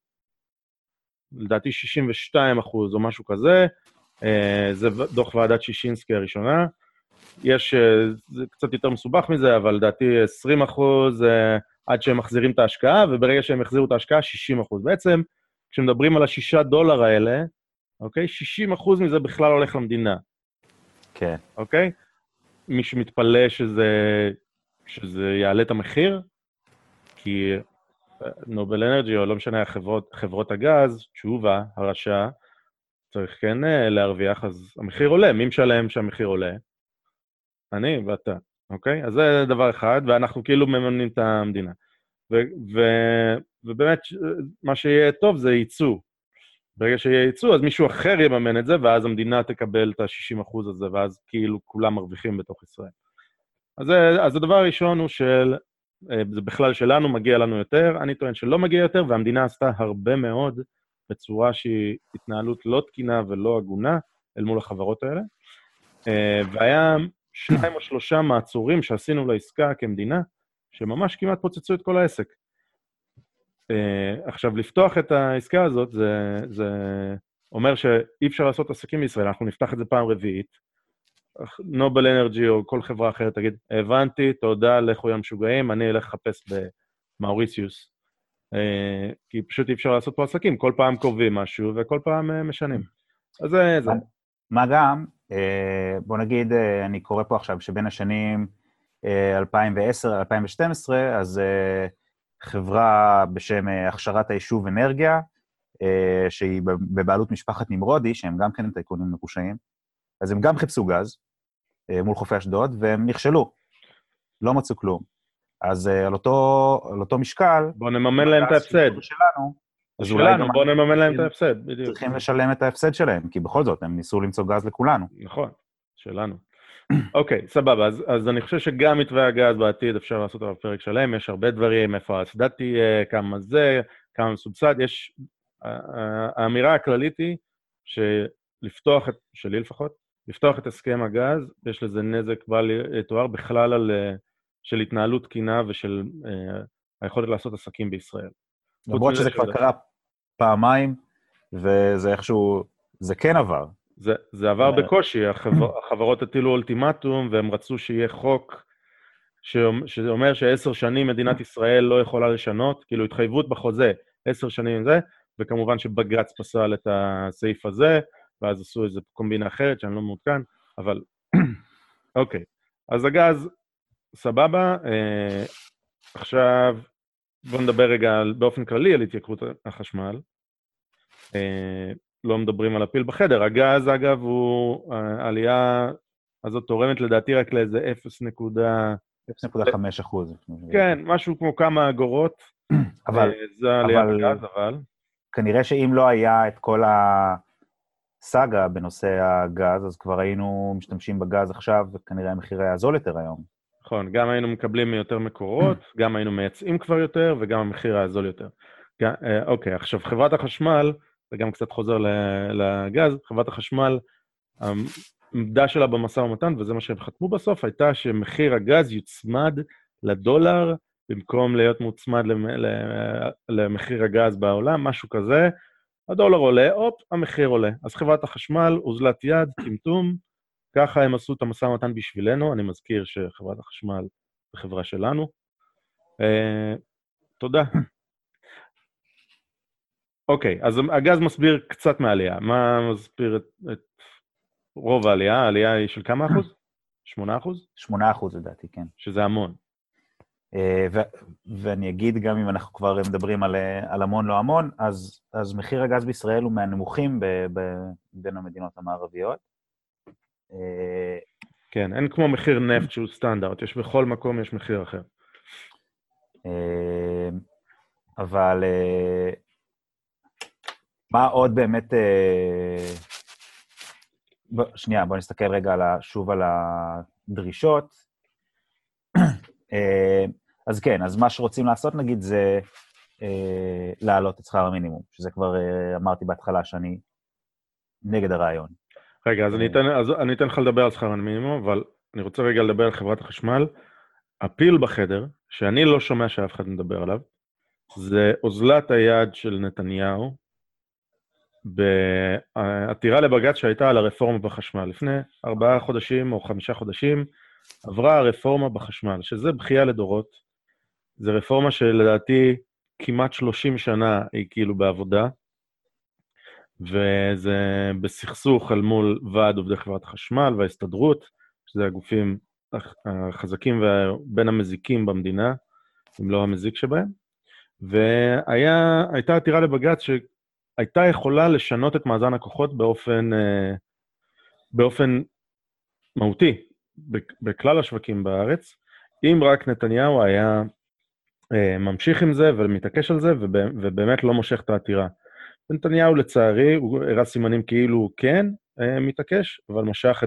לדעתי 62% או משהו כזה, זה דוח ועדת שישינסקי הראשונה, זה קצת יותר מסובך מזה, אבל לדעתי 20% עד שהם מחזירים את ההשקעה, וברגע שהם יחזירו את ההשקעה, 60%. בעצם, כשמדברים על $6 האלה, אוקיי? 60% מזה בכלל הולך למדינה. כן. אוקיי? מי שמתפלא שזה יעלה את המחיר, כי נובל אנרג'י, או לא משנה, חברות הגז, תשובה, הרשע, צריך כן להרוויח, אז המחיר עולה. מי משלם שהמחיר עולה? אני ואתה, אוקיי? אז זה דבר אחד, ואנחנו כאילו מממנים את המדינה. ובאמת, מה שיהיה טוב זה ייצוא. ברגע שיהיה ייצוא, אז מישהו אחר יממן את זה, ואז המדינה תקבל את ה-60% הזה, ואז כאילו כולם מרוויחים בתוך ישראל. אז הדבר הראשון הוא זה בכלל שלנו, מגיע לנו יותר, אני טוען שלא מגיע יותר, והמדינה עשתה הרבה מאוד בצורה שהיא התנהלות לא תקינה ולא הגונה אל מול החברות האלה. והיה 2 או 3 מעצורים שעשינו לעסקה כמדינה, שממש כמעט פוצצו את כל העסק. עכשיו, לפתוח את העסקה הזאת, זה אומר שאי אפשר לעשות עסקים בישראל, אנחנו נפתח את זה פעם רביעית, נובל אנרג'י או כל חברה אחרת תגיד, הבנתי, תודה, לכו ים משוגעים, אני אלך לחפש במאוריציוס, כי פשוט אי אפשר לעשות פה עסקים, כל פעם קובעים משהו וכל פעם משנים. אז זה. מה גם, בוא נגיד, אני קורא פה עכשיו שבין השנים 2010-2012, אז חברה בשם הכשרת היישוב אנרגיה, שהיא בבעלות משפחת נמרודי, שהם גם כן טייקונים מקושיים, אז הם גם חיפשו גז מול חופי אשדוד, והם נכשלו, לא מצאו כלום. אז על אותו משקל... בוא נממן להם את ההפסד. אז אולי גם בוא נממן להם את ההפסד, בדיוק. צריכים לשלם את ההפסד שלהם, כי בכל זאת הם ניסו למצוא גז לכולנו. נכון, שלנו. אוקיי, סבבה, אז אני חושב שגם מתווה הגז בעתיד אפשר לעשות עליו פרק שלם, יש הרבה דברים, איפה האסדה תהיה, כמה זה, כמה מסובסד, האמירה הכללית היא שלפתוח, שלי לפחות, לפתוח את הסכם הגז, יש לזה נזק בל יתואר בכלל של התנהלות תקינה ושל היכולת לעשות עסקים בישראל. למרות שזה כבר קרה פעמיים, וזה איכשהו, זה כן עבר. זה עבר בקושי, החברות הטילו אולטימטום, והם רצו שיהיה חוק שאומר ש10 שנים מדינת ישראל לא יכולה לשנות, כאילו התחייבות בחוזה, 10 שנים זה, וכמובן שבג"ץ פסל את הסעיף הזה, ואז עשו איזו קומבינה אחרת שאני לא מעודכן, אבל אוקיי. אז הגז, סבבה, עכשיו בואו נדבר רגע באופן כללי על התייקרות החשמל. לא מדברים על הפיל בחדר. הגז, אגב, העלייה הזאת תורמת לדעתי רק לאיזה 0.5%. כן, משהו כמו כמה אגורות. זה העלייה בגז, אבל... כנראה שאם לא היה את כל הסאגה בנושא הגז, אז כבר היינו משתמשים בגז עכשיו, וכנראה המחיר היה זול יותר היום. נכון, גם היינו מקבלים מיותר מקורות, גם היינו מייצאים כבר יותר, וגם המחיר היה זול יותר. אוקיי, עכשיו חברת החשמל, וגם קצת חוזר לגז, חברת החשמל, העמדה שלה במשא ומתן, וזה מה שהם חתמו בסוף, הייתה שמחיר הגז יוצמד לדולר, במקום להיות מוצמד למחיר הגז בעולם, משהו כזה, הדולר עולה, הופ, המחיר עולה. אז חברת החשמל, אוזלת יד, טמטום, ככה הם עשו את המשא ומתן בשבילנו, אני מזכיר שחברת החשמל היא חברה שלנו. תודה. אוקיי, אז הגז מסביר קצת מהעלייה. מה מסביר את רוב העלייה? העלייה היא של כמה אחוז? 8%? 8% לדעתי, כן. שזה המון. ואני אגיד גם אם אנחנו כבר מדברים על המון לא המון, אז מחיר הגז בישראל הוא מהנמוכים בין המדינות המערביות. כן, אין כמו מחיר נפט שהוא סטנדרט, יש בכל מקום יש מחיר אחר. אבל מה עוד באמת... שנייה, בוא נסתכל רגע שוב על הדרישות. אז כן, אז מה שרוצים לעשות נגיד זה להעלות את שכר המינימום, שזה כבר אמרתי בהתחלה שאני נגד הרעיון. רגע, אז אני אתן לך לדבר על שכר המינימום, אבל אני רוצה רגע לדבר על חברת החשמל. הפיל בחדר, שאני לא שומע שאף אחד מדבר עליו, זה אוזלת היד של נתניהו, בעתירה לבג"ץ שהייתה על הרפורמה בחשמל. לפני 4 חודשים או 5 חודשים, עברה הרפורמה בחשמל, שזה בכייה לדורות. זו רפורמה שלדעתי כמעט 30 שנה היא כאילו בעבודה, וזה בסכסוך על מול ועד עובדי חברת החשמל וההסתדרות, שזה הגופים החזקים ובין המזיקים במדינה, אם לא המזיק שבהם. והייתה עתירה לבג"ץ הייתה יכולה לשנות את מאזן הכוחות באופן מהותי בכלל השווקים בארץ, אם רק נתניהו היה ממשיך עם זה ומתעקש על זה, ובאמת לא מושך את העתירה. נתניהו לצערי, הוא הראה סימנים כאילו הוא כן מתעקש, אבל משך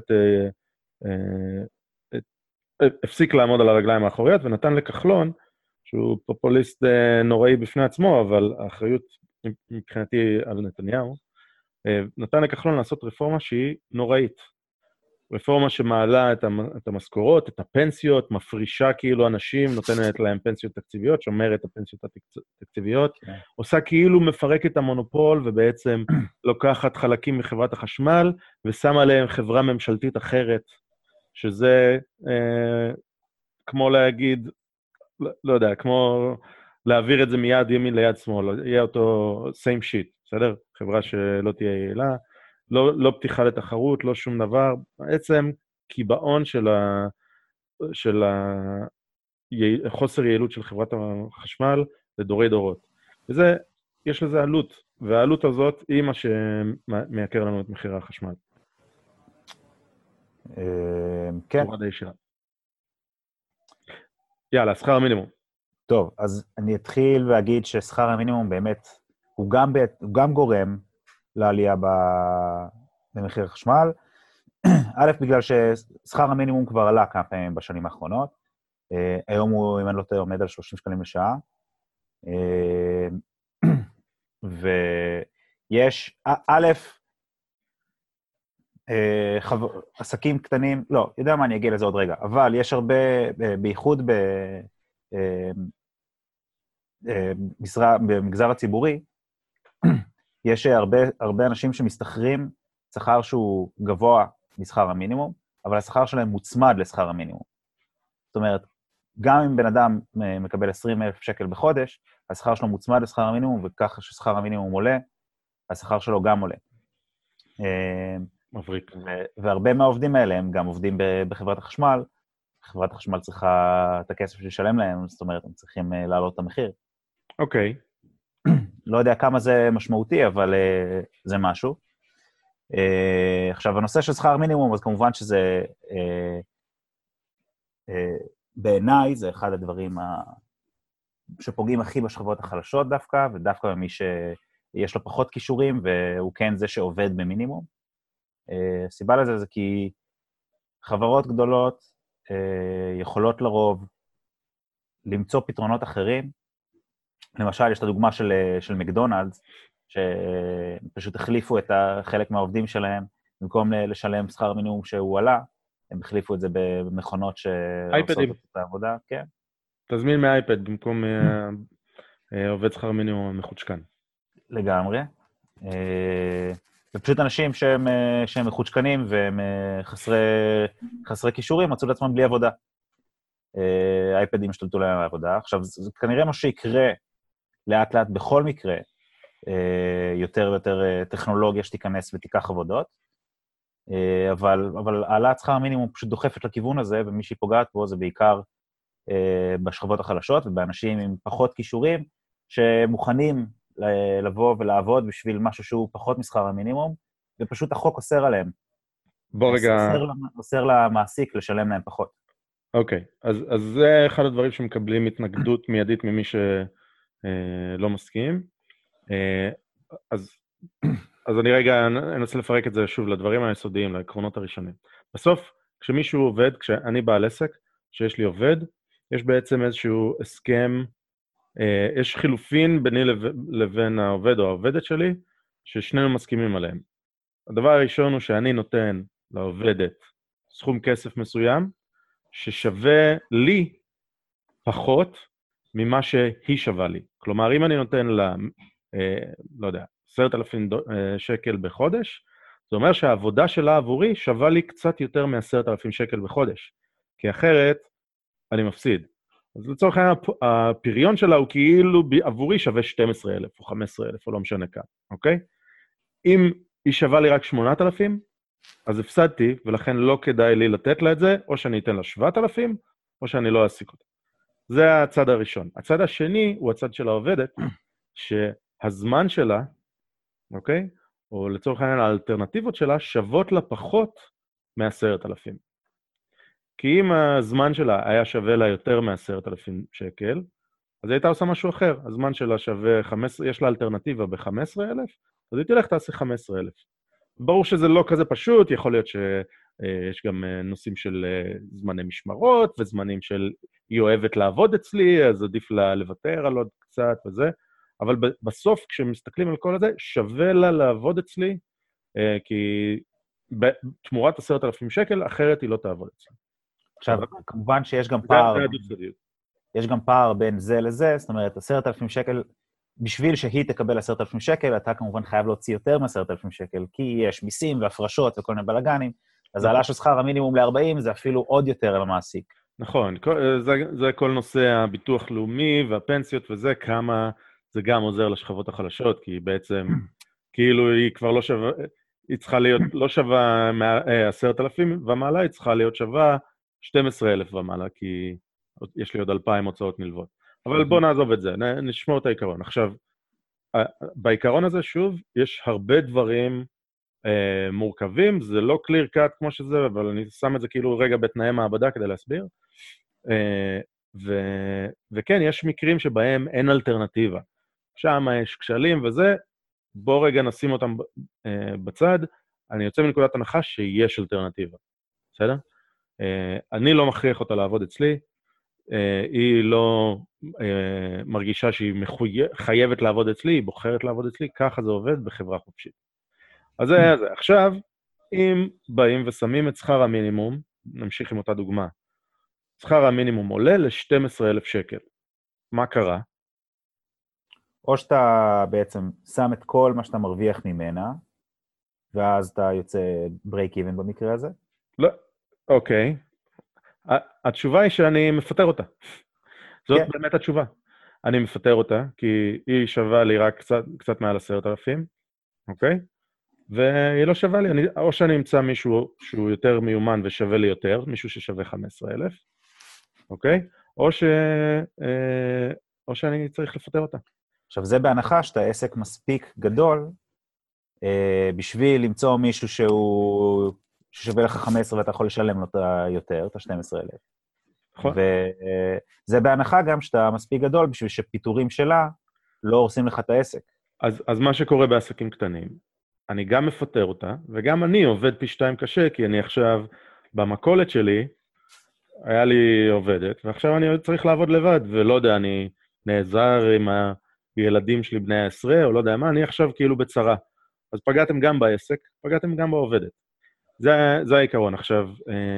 הפסיק לעמוד על הרגליים האחוריות, ונתן לכחלון, שהוא פופוליסט נוראי בפני עצמו, אבל האחריות מבחינתי על נתניהו, נתן לכחלון לעשות רפורמה שהיא נוראית. רפורמה שמעלה את המשכורות, את הפנסיות, מפרישה כאילו אנשים, נותנת להם פנסיות תקציביות, שומרת את הפנסיות התקציביות, עושה כאילו מפרק את המונופול, ובעצם לוקחת חלקים מחברת החשמל, ושמה להם חברה ממשלתית אחרת, שזה כמו להגיד, לא יודע, כמו להעביר את זה מיד ימין ליד שמאל, יהיה אותו same shit, בסדר? חברה שלא תהיה יעילה, לא פתיחה לתחרות, לא שום דבר, בעצם קיבעון של חוסר יעילות של חברת החשמל לדורי דורות. וזה, יש לזה עלות, והעלות הזאת היא מה שמייקר לנו את מחיר החשמל. כן. יאללה, שכר המינימום. טוב, אז אני אתחיל ואגיד ששכר המינימום באמת, הוא גם גורם לעלייה במחיר החשמל. א', בגלל ששכר המינימום כבר עלה כמה פעמים בשנים האחרונות. היום הוא, אם אני לא טועה, עומד על 30 שקלים לשעה. ויש, א', עסקים קטנים, לא, יודע מה, אני אגיע לזה עוד רגע, אבל יש הרבה, בייחוד במגזר הציבורי, יש הרבה אנשים שמסתחרים שכר שהוא גבוה משכר המינימום, אבל השכר שלהם מוצמד לשכר המינימום. זאת אומרת, גם אם בן אדם מקבל 20,000 שקל בחודש, השכר שלו מוצמד לשכר המינימום, וככה ששכר המינימום עולה, השכר שלו גם עולה. מבריק. והרבה מהעובדים האלה הם גם עובדים בחברת החשמל, חברת החשמל צריכה את הכסף לשלם להם, זאת אומרת, הם צריכים להעלות את המחיר. אוקיי. לא יודע כמה זה משמעותי, אבל זה משהו. עכשיו, הנושא של שכר מינימום, אז כמובן שזה, בעיניי, זה אחד הדברים שפוגעים הכי בשכבות החלשות דווקא, ודווקא במי שיש לו פחות כישורים, והוא כן זה שעובד במינימום. הסיבה לזה זה כי חברות גדולות יכולות לרוב למצוא פתרונות אחרים. למשל, יש את הדוגמה של מקדונלדס, שפשוט החליפו את חלק מהעובדים שלהם, במקום לשלם שכר מינימום שהוא עלה, הם החליפו את זה במכונות שעושות את העבודה. כן. תזמין מאייפד במקום עובד שכר מינימום מחוצ'קן. לגמרי. ופשוט אנשים שהם מחוצ'קנים והם חסרי כישורים, מצאו לעצמם בלי עבודה. אייפדים השתלטו להם העבודה. עכשיו, זה כנראה מה שיקרה לאט לאט בכל מקרה, יותר ויותר טכנולוגיה שתיכנס ותיקח עבודות, אבל העלאת שכר המינימום פשוט דוחפת לכיוון הזה, ומי שהיא פוגעת בו זה בעיקר בשכבות החלשות, ובאנשים עם פחות כישורים, שמוכנים לבוא ולעבוד בשביל משהו שהוא פחות משכר המינימום, ופשוט החוק אוסר עליהם. בוא רגע... אוסר למעסיק לשלם להם פחות. אוקיי, אז זה אחד הדברים שמקבלים התנגדות מיידית ממי שלא מסכים. אז אני רגע אנסה לפרק את זה שוב לדברים היסודיים, לעקרונות הראשונים. בסוף, כשמישהו עובד, כשאני בעל עסק, שיש לי עובד, יש בעצם איזשהו הסכם, יש חילופין ביני לבין העובד או העובדת שלי, ששנינו מסכימים עליהם. הדבר הראשון הוא שאני נותן לעובדת סכום כסף מסוים, ששווה לי פחות ממה שהיא שווה לי. כלומר, אם אני נותן לה, לא יודע, 10,000 שקל בחודש, זה אומר שהעבודה שלה עבורי שווה לי קצת יותר מ10,000 שקל בחודש, כי אחרת אני מפסיד. אז לצורך העניין, הפריון שלה הוא כאילו עבורי שווה 12,000 או 15,000 או לא משנה כאן, אוקיי? אם היא שווה לי רק 8,000, אז הפסדתי, ולכן לא כדאי לי לתת לה את זה, או שאני אתן לה 7,000, או שאני לא אעסיק אותה. זה הצד הראשון. הצד השני הוא הצד של העובדת, שהזמן שלה אוקיי? או לצורך העניין, האלטרנטיבות שלה שוות לה פחות מ10,000. כי אם הזמן שלה היה שווה לה יותר מ10,000 שקל, אז היא הייתה עושה משהו אחר. הזמן שלה שווה 15, יש לה אלטרנטיבה ב-15,000, אז היא תלך תעשה 15,000. ברור שזה לא כזה פשוט, יכול להיות שיש גם נושאים של זמני משמרות, וזמנים של היא אוהבת לעבוד אצלי, אז עדיף לה לוותר על עוד קצת וזה, אבל בסוף, כשמסתכלים על כל הזה, שווה לה לעבוד אצלי, כי תמורת 10,000 שקל, אחרת היא לא תעבוד אצלי. עכשיו, כמובן שיש גם פער, זה הדו-צדדיות. יש גם פער בין זה לזה, זאת אומרת, 10,000 שקל, בשביל שהיא תקבל 10,000 שקל, אתה כמובן חייב להוציא יותר מ10,000 שקל, כי יש מיסים והפרשות וכל מיני בלגנים, אז העלה של שכר המינימום ל-40 זה אפילו עוד יותר על המעסיק. נכון, זה כל נושא הביטוח לאומי והפנסיות וזה, כמה זה גם עוזר לשכבות החלשות, כי בעצם כאילו היא כבר לא שווה, היא צריכה להיות לא שווה 10,000 ומעלה, היא צריכה להיות שווה 12,000 ומעלה, כי יש לי עוד 2,000 הוצאות נלוות. אבל בואו נעזוב את זה, נשמור את העיקרון. עכשיו, בעיקרון הזה, שוב, יש הרבה דברים מורכבים, זה לא clear cut כמו שזה, אבל אני שם את זה כאילו רגע בתנאי מעבדה כדי להסביר. וכן, יש מקרים שבהם אין אלטרנטיבה. שם יש כשלים וזה, בוא רגע נשים אותם בצד, אני יוצא מנקודת הנחה שיש אלטרנטיבה. בסדר? אני לא מכריח אותה לעבוד אצלי, היא לא מרגישה שהיא חייבת לעבוד אצלי, היא בוחרת לעבוד אצלי, ככה זה עובד בחברה חופשית. אז זה. עכשיו, אם באים ושמים את שכר המינימום, נמשיך עם אותה דוגמה, שכר המינימום עולה ל-12,000 שקל. מה קרה? או שאתה בעצם שם את כל מה שאתה מרוויח ממנה, ואז אתה יוצא break even במקרה הזה? לא, אוקיי. התשובה היא שאני מפטר אותה. זאת באמת התשובה. אני מפטר אותה, כי היא שווה לי רק קצת מעל 10,000, אוקיי? והיא לא שווה לי, או שאני אמצא מישהו שהוא יותר מיומן ושווה לי יותר, מישהו ששווה 15,000, אוקיי? או שאני צריך לפטר אותה. עכשיו, זה בהנחה שאתה עסק מספיק גדול, בשביל למצוא מישהו ששווה לך 15 ואתה יכול לשלם לו יותר, את ה-12,000. נכון. וזה בהנחה גם שאתה מספיק גדול בשביל שפיטורים שלה לא הורסים לך את העסק. אז מה שקורה בעסקים קטנים, אני גם מפטר אותה, וגם אני עובד פי 2 קשה, כי אני עכשיו, במכולת שלי, היה לי עובדת, ועכשיו אני צריך לעבוד לבד, ולא יודע, אני נעזר עם הילדים שלי בני ה-10, או לא יודע מה, אני עכשיו כאילו בצרה. אז פגעתם גם בעסק, פגעתם גם בעובדת. זה העיקרון. עכשיו,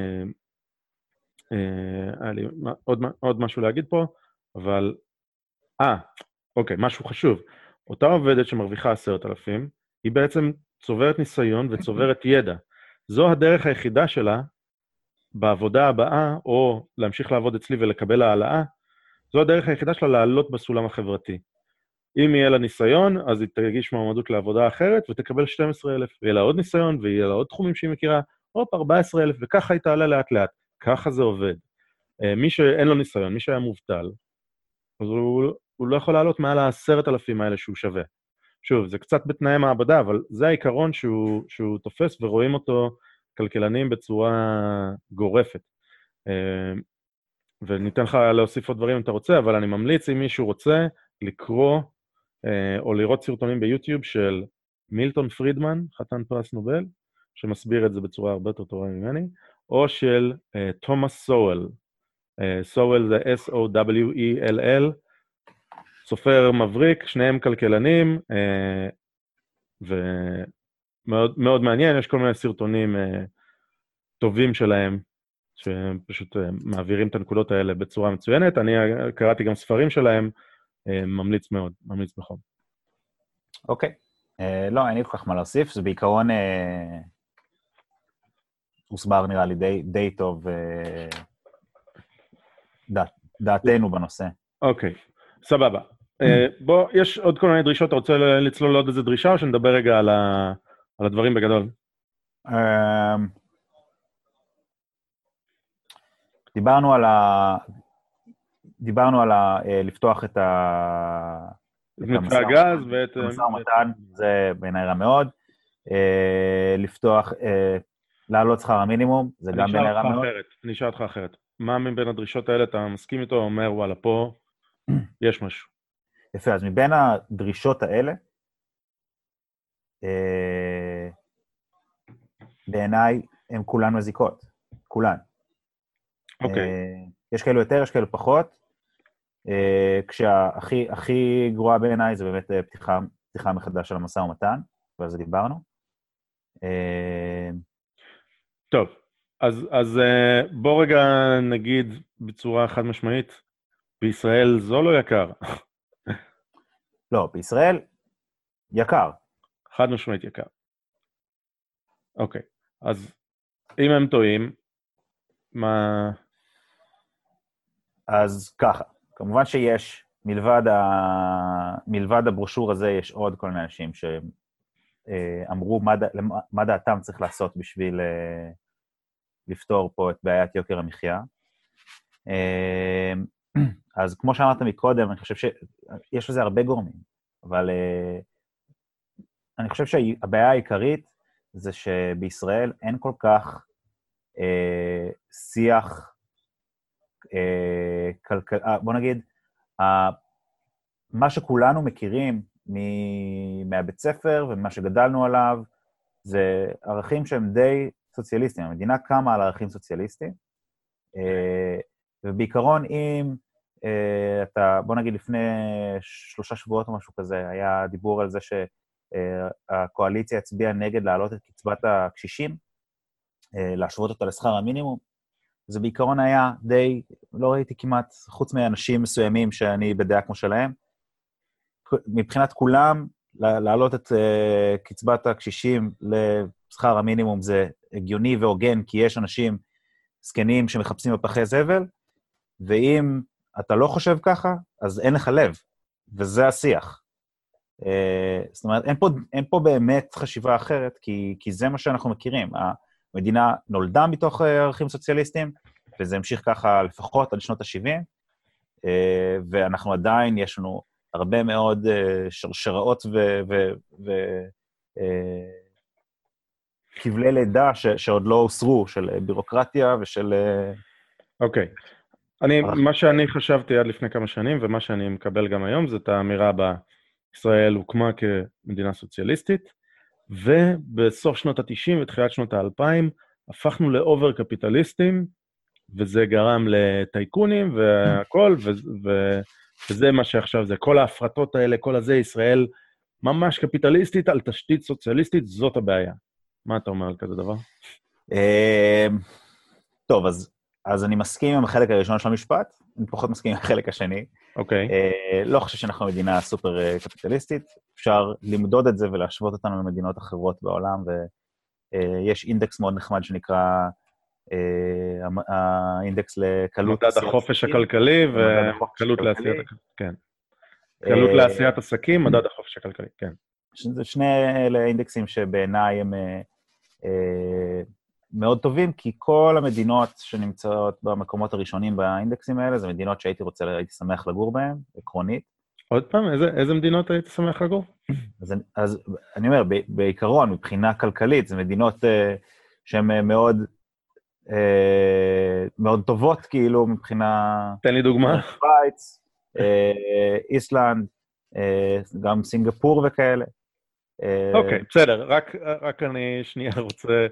היה לי עוד משהו להגיד פה, אבל, אוקיי, משהו חשוב. אותה עובדת שמרוויחה 10,000, היא בעצם צוברת ניסיון וצוברת ידע. זו הדרך היחידה שלה, בעבודה הבאה, או להמשיך לעבוד אצלי ולקבל העלאה, זו הדרך היחידה שלה לעלות בסולם החברתי. אם יהיה לה ניסיון, אז היא תגיש מועמדות לעבודה אחרת, ותקבל 12,000, ויהיה לה עוד ניסיון, ויהיה לה עוד תחומים שהיא מכירה, 14,000, וככה היא תעלה לאט לאט. ככה זה עובד. מי שאין לו ניסיון, מי שהיה מובטל, אז הוא לא יכול לעלות מעל 10,000 האלה שהוא שווה. שוב, זה קצת בתנאי מעבדה, אבל זה העיקרון שהוא תופס, ורואים אותו כלכלנים בצורה גורפת. וניתן לך להוסיף עוד דברים אם אתה רוצה, אבל אני ממליץ אם מישהו רוצה לקרוא או לראות סרטונים ביוטיוב של מילטון פרידמן, חתן פרס נובל, שמסביר את זה בצורה הרבה יותר טובה ממני, או של תומאס סואל. סואל זה S-O-W-E-L-L, סופר מבריק, שניהם כלכלנים, ומאוד מאוד מעניין, יש כל מיני סרטונים טובים שלהם, שפשוט מעבירים את הנקודות האלה בצורה מצוינת. אני קראתי גם ספרים שלהם, ממליץ מאוד, ממליץ בחום. אוקיי. לא, אין לי כל כך מה להוסיף, זה בעיקרון הוסבר נראה לי די טוב דעתנו בנושא. אוקיי, סבבה. בוא, יש עוד כל מיני דרישות, אתה רוצה לצלול עוד איזה דרישה, או שנדבר רגע על הדברים בגדול? דיברנו על לפתוח את מתווה הגז ואת... המשא ומתן, זה בעיניי רע מאוד. לפתוח, להעלות שכר המינימום, זה גם בעיניי רע מאוד. אני אשאל אותך אחרת. מה מבין הדרישות האלה אתה מסכים איתו, אומר וואלה פה יש משהו? יפה, אז מבין הדרישות האלה, בעיניי הן כולן מזיקות, כולן. אוקיי. יש כאלו יותר, יש כאלו פחות, כשהכי גרועה בעיניי זה באמת פתיחה מחדש של המשא ומתן, ועל זה דיברנו. טוב, אז בוא רגע נגיד בצורה חד משמעית, בישראל זול או יקר? לא, בישראל יקר. חד משמעית יקר. אוקיי, אז אם הם טועים, מה... אז ככה, כמובן שיש, מלבד הברושור הזה, יש עוד כל מיני אנשים שאמרו מה דעתם צריך לעשות בשביל לפתור פה את בעיית יוקר המחיה. אז כמו שאמרת מקודם, אני חושב שיש לזה הרבה גורמים, אבל אני חושב שהבעיה העיקרית זה שבישראל אין כל כך שיח בוא נגיד, מה שכולנו מכירים מהבית ספר ומה שגדלנו עליו, זה ערכים שהם די סוציאליסטיים. המדינה קמה על ערכים סוציאליסטיים, ובעיקרון אם בוא נגיד לפני 3 שבועות או משהו כזה, היה דיבור על זה שהקואליציה הצביעה נגד להעלות את קצבת הקשישים, להשוות אותה לשכר המינימום, זה בעיקרון היה די, לא ראיתי כמעט, חוץ מאנשים מסוימים שאני בדעה כמו שלהם, מבחינת כולם, להעלות את קצבת הקשישים לשכר המינימום זה הגיוני והוגן, כי יש אנשים זקנים שמחפשים בפחי זבל, ואם אתה לא חושב ככה, אז אין לך לב, וזה השיח. זאת אומרת, אין פה באמת חשיבה אחרת, כי זה מה שאנחנו מכירים. המדינה נולדה מתוך ערכים סוציאליסטיים, וזה המשיך ככה לפחות עד שנות ה-70, ואנחנו עדיין, יש לנו הרבה מאוד שרשראות וכבלי לידה שעוד לא הוסרו, של בירוקרטיה ושל... אוקיי. מה שאני חשבתי עד לפני כמה שנים, ומה שאני מקבל גם היום, זאת האמירה הבאה, ישראל הוקמה כמדינה סוציאליסטית, ובסוף שנות ה-90 ותחילת שנות ה-2000, הפכנו לאובר קפיטליסטים, וזה גרם לטייקונים והכל, וזה מה שעכשיו זה, כל ההפרטות האלה, כל הזה, ישראל ממש קפיטליסטית על תשתית סוציאליסטית, זאת הבעיה. מה אתה אומר על כזה דבר? טוב, אז אני מסכים עם החלק הראשון של המשפט, אני פחות מסכים עם החלק השני. אוקיי. לא חושב שאנחנו מדינה סופר קפיטליסטית, אפשר למדוד את זה ולהשוות אותנו למדינות אחרות בעולם, ויש אינדקס מאוד נחמד שנקרא האינדקס לקלות... מדד החופש הכלכלי וקלות לעשיית... כן. קלות לעשיית עסקים, מדד החופש הכלכלי, כן. זה שני אלה אינדקסים שבעיניי הם מאוד טובים, כי כל המדינות שנמצאות במקומות הראשונים באינדקסים האלה, זה מדינות הייתי שמח לגור בהן, עקרונית. עוד פעם, איזה מדינות הייתי שמח לגור? אז אני אומר, בעיקרון, מבחינה כלכלית, זה מדינות שהן מאוד טובות, כאילו, מבחינה... תן לי דוגמה. שווייץ, איסלנד, גם סינגפור וכאלה. אוקיי, בסדר, רק אני שנייה רוצה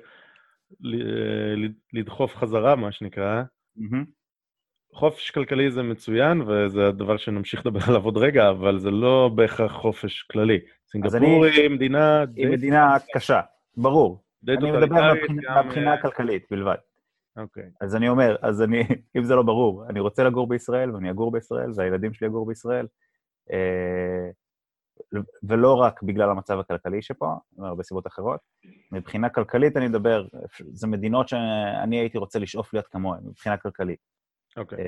לדחוף חזרה, מה שנקרא. חופש כלכלי זה מצוין, וזה הדבר שנמשיך לדבר עליו עוד רגע, אבל זה לא בהכרח חופש כללי. סינגפור היא מדינה... היא מדינה קשה, ברור. אני מדבר מבחינה הכלכלית בלבד. אוקיי. אז אני אומר, אם זה לא ברור, אני רוצה לגור בישראל, ואני אגור בישראל, והילדים שלי יגור בישראל, ולא רק בגלל המצב הכלכלי שפה, הרבה סיבות אחרות. מבחינה כלכלית אני מדבר, זה מדינות שאני הייתי רוצה לשאוף להיות כמוהן, מבחינה כלכלית. אוקיי.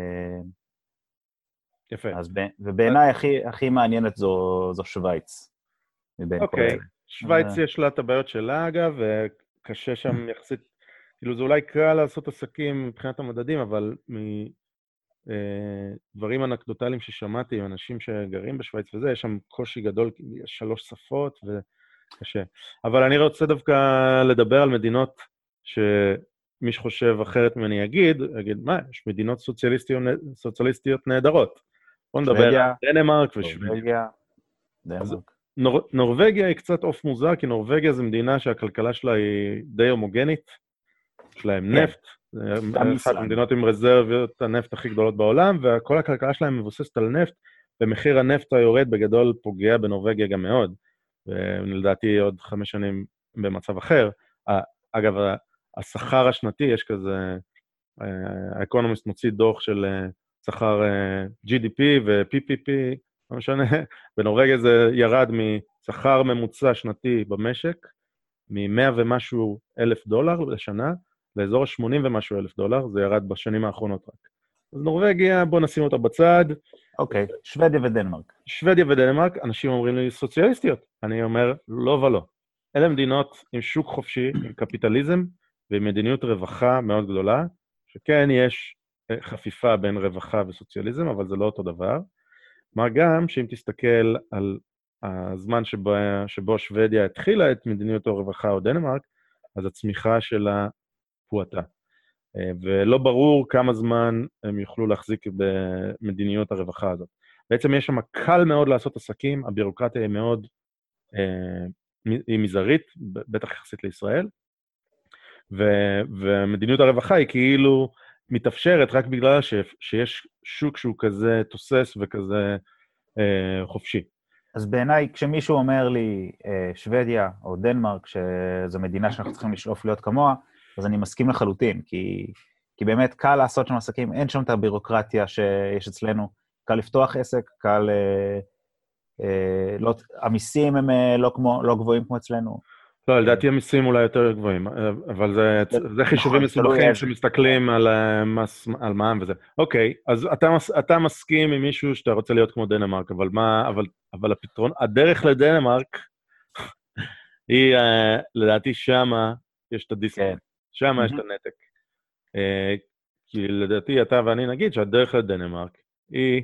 יפה. ובעיניי הכי מעניינת זו שווייץ. אוקיי. שווייץ יש לה את הבעיות שלה, אגב, וקשה שם יחסית, כאילו זה אולי קל לעשות עסקים מבחינת המדדים, אבל דברים אנקדוטליים ששמעתי, אנשים שגרים בשוויץ וזה, יש שם קושי גדול, יש 3 שפות וקשה. אבל אני רוצה דווקא לדבר על מדינות שמי שחושב אחרת ממני יגיד, מה, יש מדינות סוציאליסטיות נהדרות. בוא נדבר על דנמרק ושוודיה. נורווגיה היא קצת אוף מוזר, כי נורווגיה זו מדינה שהכלכלה שלה היא די הומוגנית, יש להם נפט, אחת המדינות עם רזרביות הנפט הכי גדולות בעולם, וכל הכלכלה שלהם מבוססת על נפט, ומחיר הנפט היורד בגדול פוגע בנורווגיה גם מאוד, ולדעתי עוד 5 שנים במצב אחר. אגב, השכר השנתי, יש כזה, האקונומיסט מוציא דוח של שכר GDP ו-PPP, לא משנה, בנורווגיה זה ירד משכר ממוצע שנתי במשק, מ-100 ומשהו $1,000 לשנה, לאזור ה-80 ומשהו $1,000, זה ירד בשנים האחרונות רק. אז נורווגיה, בוא נשים אותה בצד. אוקיי, שוודיה ודנמרק. שוודיה ודנמרק, אנשים אומרים לי סוציאליסטיות. אני אומר, לא ולא. אלה מדינות עם שוק חופשי, עם קפיטליזם, ועם מדיניות רווחה מאוד גדולה, שכן יש חפיפה בין רווחה וסוציאליזם, אבל זה לא אותו דבר. מה גם שאם תסתכל על הזמן שבו שוודיה התחילה את מדיניות הרווחה או דנמרק, אז הצמיחה שלה פועתה. ולא ברור כמה זמן הם יוכלו להחזיק במדיניות הרווחה הזאת. בעצם יש שם קל מאוד לעשות עסקים, הבירוקרטיה היא מאוד, היא מזערית, בטח יחסית לישראל, ומדיניות הרווחה היא כאילו מתאפשרת רק בגלל שיש שוק שהוא כזה תוסס וכזה חופשי. אז בעיניי, כשמישהו אומר לי שוודיה או דנמרק, שזו מדינה שאנחנו צריכים לשאוף להיות כמוה, אז אני מסכים לחלוטין, כי באמת קל לעשות שם עסקים, אין שם את הבירוקרטיה שיש אצלנו, קל לפתוח עסק, קל, המיסים הם לא גבוהים כמו אצלנו. לא, לדעתי המיסים אולי יותר גבוהים, אבל זה חישובים מסובכים שמסתכלים על מע"מ וזה. אוקיי, אז אתה מסכים עם מישהו שאתה רוצה להיות כמו דנמרק, אבל הפתרון, הדרך לדנמרק, היא, לדעתי שמה יש את הדיסקונט, שמה יש את הנתק. כי לדעתי אתה ואני נגיד שהדרך לדנמרק היא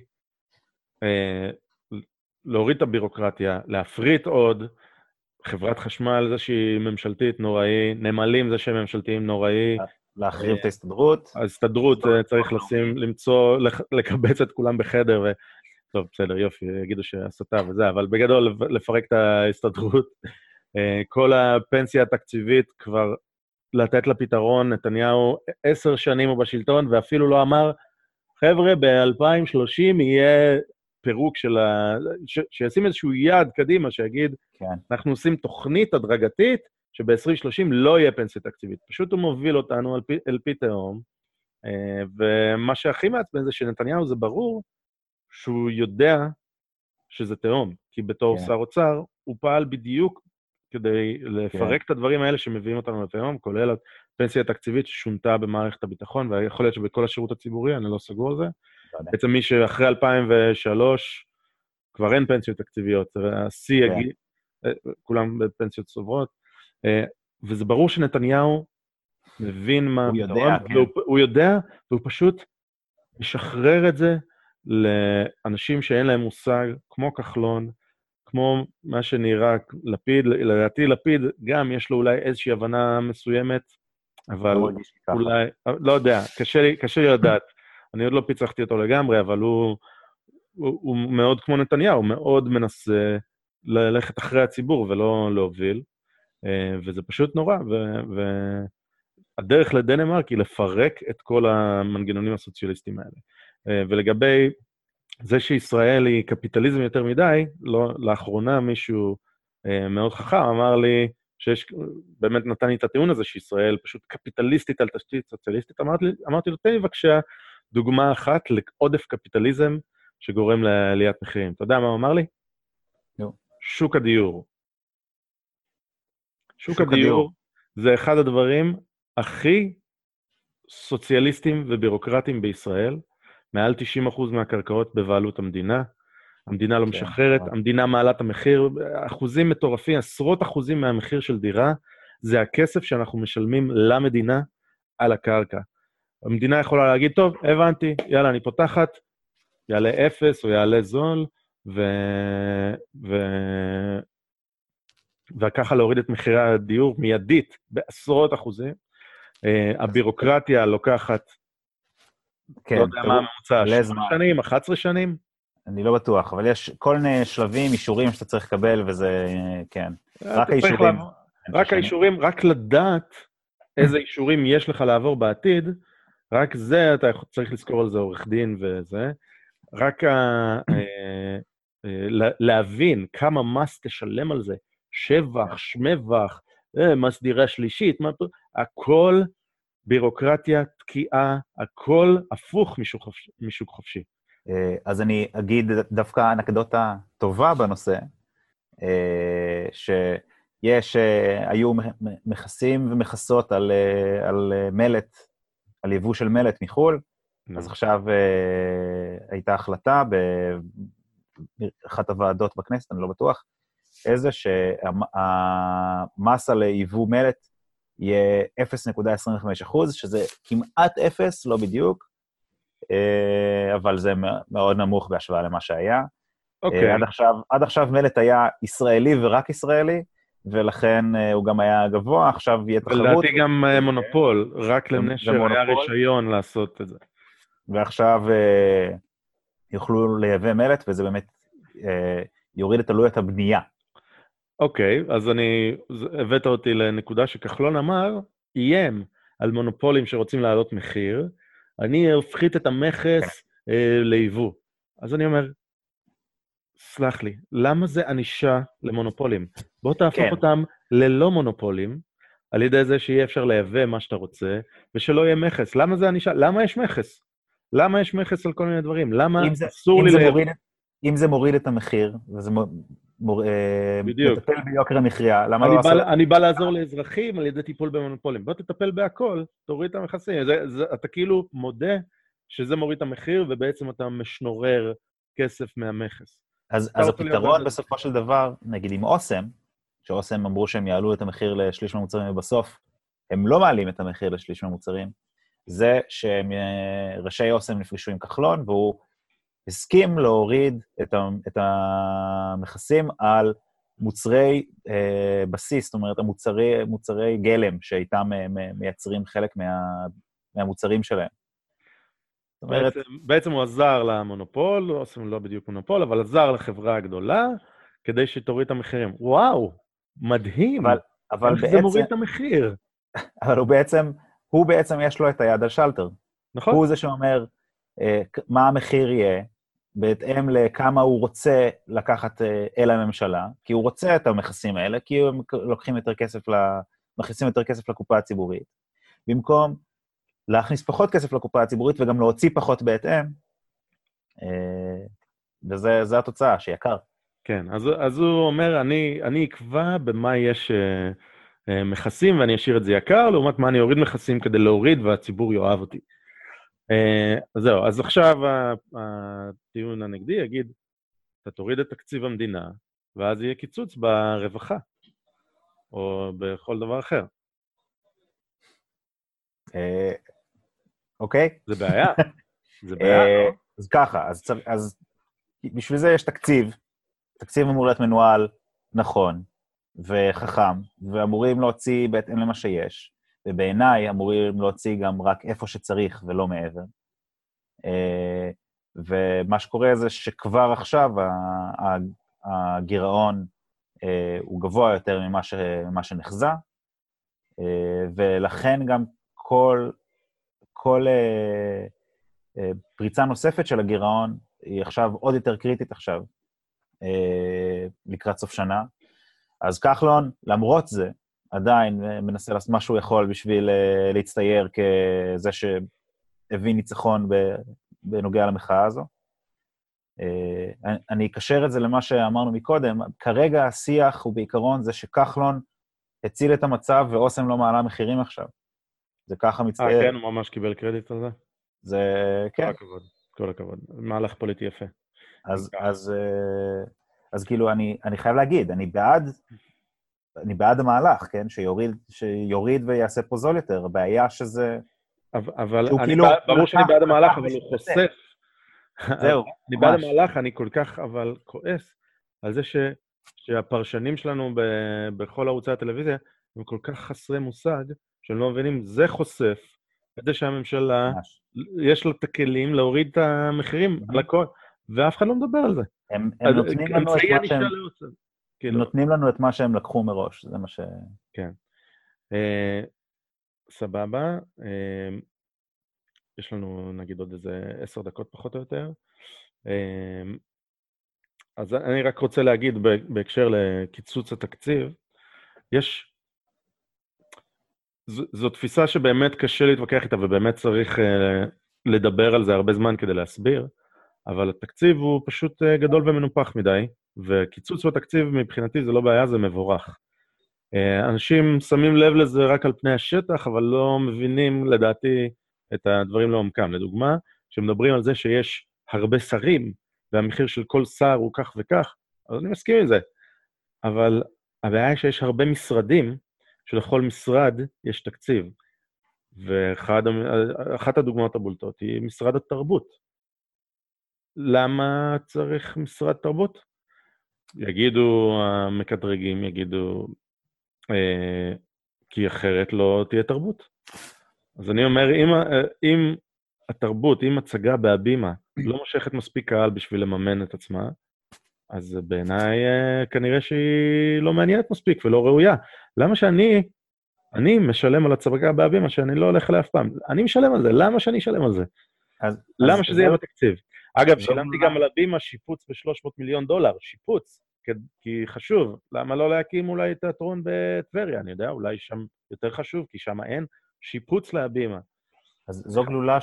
להוריד את הבירוקרטיה, להפריט עוד, חברת חשמל זה שהיא ממשלתית נוראי, נמלים זה שהם ממשלתיים נוראי. להחריב את ההסתדרות. ההסתדרות צריך למצוא, לקבץ את כולם בחדר, טוב, בסדר, יופי, יגידו שהסתה וזה, אבל בגדול לפרק את ההסתדרות. כל הפנסיה התקציבית כבר לתת לה פתרון, נתניהו 10 שנים הוא בשלטון, ואפילו לא אמר, חבר'ה, ב-2030 יהיה פירוק של שישים איזשהו יעד קדימה, שיגיד, אנחנו עושים תוכנית הדרגתית, שב-2030 לא יהיה פנסיה תקציבית. פשוט הוא מוביל אותנו אל פי תהום, ומה שהכי מעצבן זה שנתניהו זה ברור, שהוא יודע שזה תהום, כי בתור שר אוצר, הוא פעל בדיוק כדי לפרק את הדברים האלה שמביאים אותנו לתהום, כולל הפנסיה התקציבית ששונתה במערכת הביטחון, ויכול להיות שבכל השירות הציבורי, אני לא סגור על זה, בעצם מי שאחרי 2003, כבר אין פנסיות תקציביות, השיא יגיד, כולם בפנסיות צוברות, וזה ברור שנתניהו מבין מה הוא יודע, והוא פשוט משחרר את זה לאנשים שאין להם מושג, כמו כחלון, כמו מה שנראה לפיד, לדעתי לפיד גם יש לו אולי איזושהי הבנה מסוימת, אבל אולי, לא יודע, קשה לי לדעת. אני עוד לא פיצחתי אותו לגמרי, אבל הוא מאוד כמו נתניהו, הוא מאוד מנסה ללכת אחרי הציבור ולא להוביל, וזה פשוט נורא, והדרך לדנמרק היא לפרק את כל המנגנונים הסוציאליסטיים האלה. ולגבי זה שישראל היא קפיטליזם יותר מדי, לאחרונה מישהו מאוד חכם אמר לי, באמת נתן לי את הטיעון הזה, שישראל פשוט קפיטליסטית על תשתית סוציאליסטית, אמרתי לו, תן לי בבקשה דוגמה אחת לעודף קפיטליזם שגורם לעליית מחירים. אתה יודע מה הוא אמר לי? לא. שוק הדיור. שוק הדיור זה אחד הדברים הכי סוציאליסטיים ובירוקרטיים בישראל, מעל 90% מהקרקעות בבעלות המדינה, המדינה לא משחררת, המדינה מעלה את המחיר, אחוזים מטורפים, עשרות אחוזים מהמחיר של דירה, זה הכסף שאנחנו משלמים למדינה על הקרקע. המדינה יכולה להגיד, טוב, הבנתי, יאללה, אני פותחת, יעלה 0 או יעלה זול, וככה להוריד את מחירי הדיור מיידית בעשרות אחוזים. הבירוקרטיה לוקחת, כן, לא יודע מה הממוצע, 8 שנים, 11 שנים? אני לא בטוח, אבל יש כל מיני שלבים, אישורים שאתה צריך לקבל, וזה, כן. רק האישורים. רק האישורים, רק לדעת איזה אישורים יש לך לעבור בעתיד, רק זה, אתה צריך לזכור על זה עורך דין וזה, רק להבין כמה מס תשלם על זה, שבח, שמבח, מס דירה שלישית, הכל בירוקרטיה, תקיעה, הכל הפוך משוק חופשי. אז אני אגיד דווקא אנקדוטה טובה בנושא, היו מכסים ומכסות על מלט, על יבוא של מלט מחול, אז עכשיו הייתה החלטה באחת הוועדות בכנסת, אני לא בטוח, איזה שהמס על יבוא מלט יהיה 0.25%, שזה כמעט 0, לא בדיוק, אבל זה מאוד נמוך בהשוואה למה שהיה. עד עכשיו מלט היה ישראלי ורק ישראלי, ולכן הוא גם היה גבוה, עכשיו יהיה תחרות. ולדעתי גם מונופול, רק לנשר היה רישיון לעשות את זה. ועכשיו יוכלו לייבא מלט, וזה באמת יוריד את עלויות הבנייה. אוקיי, אז הבאת אותי לנקודה שכחלון אמר, איים על מונופולים שרוצים להעלות מחיר, אני אפחית את המכס ליבוא. אז אני אומר, סלח לי, למה זה ענישה למונופולים? בוא תהפוך אותם ללא מונופולים, על ידי זה שיהיה אפשר לייבא מה שאתה רוצה, ושלא יהיה מכס. למה זה ענישה? למה יש מכס? למה יש מכס על כל מיני דברים? למה אסור לי לייבא? אם זה מוריד את המחיר, וזה מטפל ביוקר המחיה, למה לא לעשות? אני בא לעזור לאזרחים על ידי טיפול במונופולים. בוא תטפל בהכל, תוריד את המכסים. אתה כאילו מודה שזה מוריד את המחיר, ובעצם אתה משנורר כסף מהמכס. אז הפתרון בסופו של דבר, נגיד עם אוסם, שאוסם אמרו שהם יעלו את המחיר לשליש מהמוצרים, ובסוף הם לא מעלים את המחיר לשליש מהמוצרים, זה שראשי אוסם נפגשו עם כחלון, והוא הסכים להוריד את המכסים על מוצרי בסיס, זאת אומרת, מוצרי גלם, שאיתם מייצרים חלק מהמוצרים שלהם. בעצם הוא עזר למונופול, אוסם לא בדיוק מונופול, אבל עזר לחברה הגדולה, כדי שתוריד את המחירים. וואו, מדהים. אבל איך זה מוריד את המחיר? אבל הוא בעצם יש לו את היד על שלטר. נכון. הוא זה שאומר מה המחיר יהיה, בהתאם לכמה הוא רוצה לקחת אל הממשלה, כי הוא רוצה את המכסים האלה, כי הם לוקחים מכניסים יותר כסף לקופה הציבורית. במקום להכניס פחות כסף לקופה הציבורית, וגם להוציא פחות בהתאם, וזה התוצאה, שיקר. כן, אז הוא אומר, אני אקבע במה יש מכסים, ואני אשאיר את זה יקר, לעומת מה אני אוריד מכסים כדי להוריד, והציבור יאהב אותי. זהו, אז עכשיו הטיעון הנגדי יגיד, אתה תוריד את תקציב המדינה, ואז יהיה קיצוץ ברווחה, או בכל דבר אחר. אוקיי? זה בעיה. זה בעיה, לא? אז ככה, אז בשביל זה יש תקציב. תקציב אמור להיות מנוהל נכון וחכם, ואמורים להוציא בהתאם למה שיש, ובעיניי אמורים להוציא גם רק איפה שצריך ולא מעבר. ומה שקורה זה שכבר עכשיו הגירעון הוא גבוה יותר ממה שנחזה, ולכן גם כל פריצה נוספת של הגירעון היא עכשיו עוד יותר קריטית עכשיו, לקראת סוף שנה. אז כחלון, למרות זה, עדיין מנסה לעשות מה שהוא יכול בשביל להצטייר כזה שהביא ניצחון בנוגע למחאה הזו. אני אקשר את זה למה שאמרנו מקודם, כרגע השיח הוא בעיקרון זה שכחלון הציל את המצב ואוסם לא מעלה מחירים עכשיו. זה ככה מצטייר. כן, הוא ממש קיבל קרדיט על זה? זה, כן. כל הכבוד, כל הכבוד. מהלך פוליטי יפה. אז כאילו, אני חייב להגיד, אני בעד המהלך, כן? שיוריד ויעשה פה זול יותר. הבעיה שזה אבל שהוא אני כאילו ברור שאני בעד המהלך, אבל הוא בשביל זה. חושף. זהו, אני בעד ממש. המהלך, אני כל כך אבל כועס על זה שהפרשנים שלנו בכל ערוצי הטלוויזיה הם כל כך חסרי מושג, שהם לא מבינים, זה חושף את זה שהממשלה, ממש. יש לה את הכלים להוריד את המחירים על הכל, ואף אחד לא מדבר על זה. הם אז נותנים לנו את אמצעי מה ענישה שהם... לעוצר. הם כאילו, נותנים לנו את מה שהם לקחו מראש, זה מה ש... כן. סבבה. יש לנו נגיד עוד איזה 10 דקות פחות או יותר. אז אני רק רוצה להגיד בהקשר לקיצוץ התקציב, זו תפיסה שבאמת קשה להתווכח איתה, ובאמת צריך לדבר על זה הרבה זמן כדי להסביר, אבל התקציב הוא פשוט גדול ומנופח מדי, וקיצוץ בתקציב מבחינתי זה לא בעיה, זה מבורך. אנשים שמים לב לזה רק על פני השטח, אבל לא מבינים לדעתי את הדברים לעומקם. לדוגמה, כשמדברים על זה שיש הרבה שרים, והמחיר של כל שר הוא כך וכך, אז אני מסכים עם זה. אבל הבעיה היא שיש הרבה משרדים, שלכל משרד יש תקציב. ואחת הדוגמאות הבולטות היא משרד התרבות. למה צריך משרד תרבות? יגידו המקטרגים, יגידו, כי אחרת לא תהיה תרבות. אז אני אומר, אם התרבות, אם הצגה בהבימה, לא מושכת מספיק קהל בשביל לממן את עצמה, אז בעיניי כנראה שהיא לא מעניינת מספיק ולא ראויה. למה אני משלם על הצגה בהבימה שאני לא הולך אליה אף פעם? אני משלם על זה, למה שאני אשלם על זה? למה שזה יהיה בתקציב? אגב, שילמתי גם על הבימה שיפוץ ב$300 מיליון, שיפוץ, כי חשוב. למה לא להקים אולי תיאטרון בטבריה? אני יודע, אולי שם יותר חשוב, כי שם אין שיפוץ להבימה. אז זו גלולה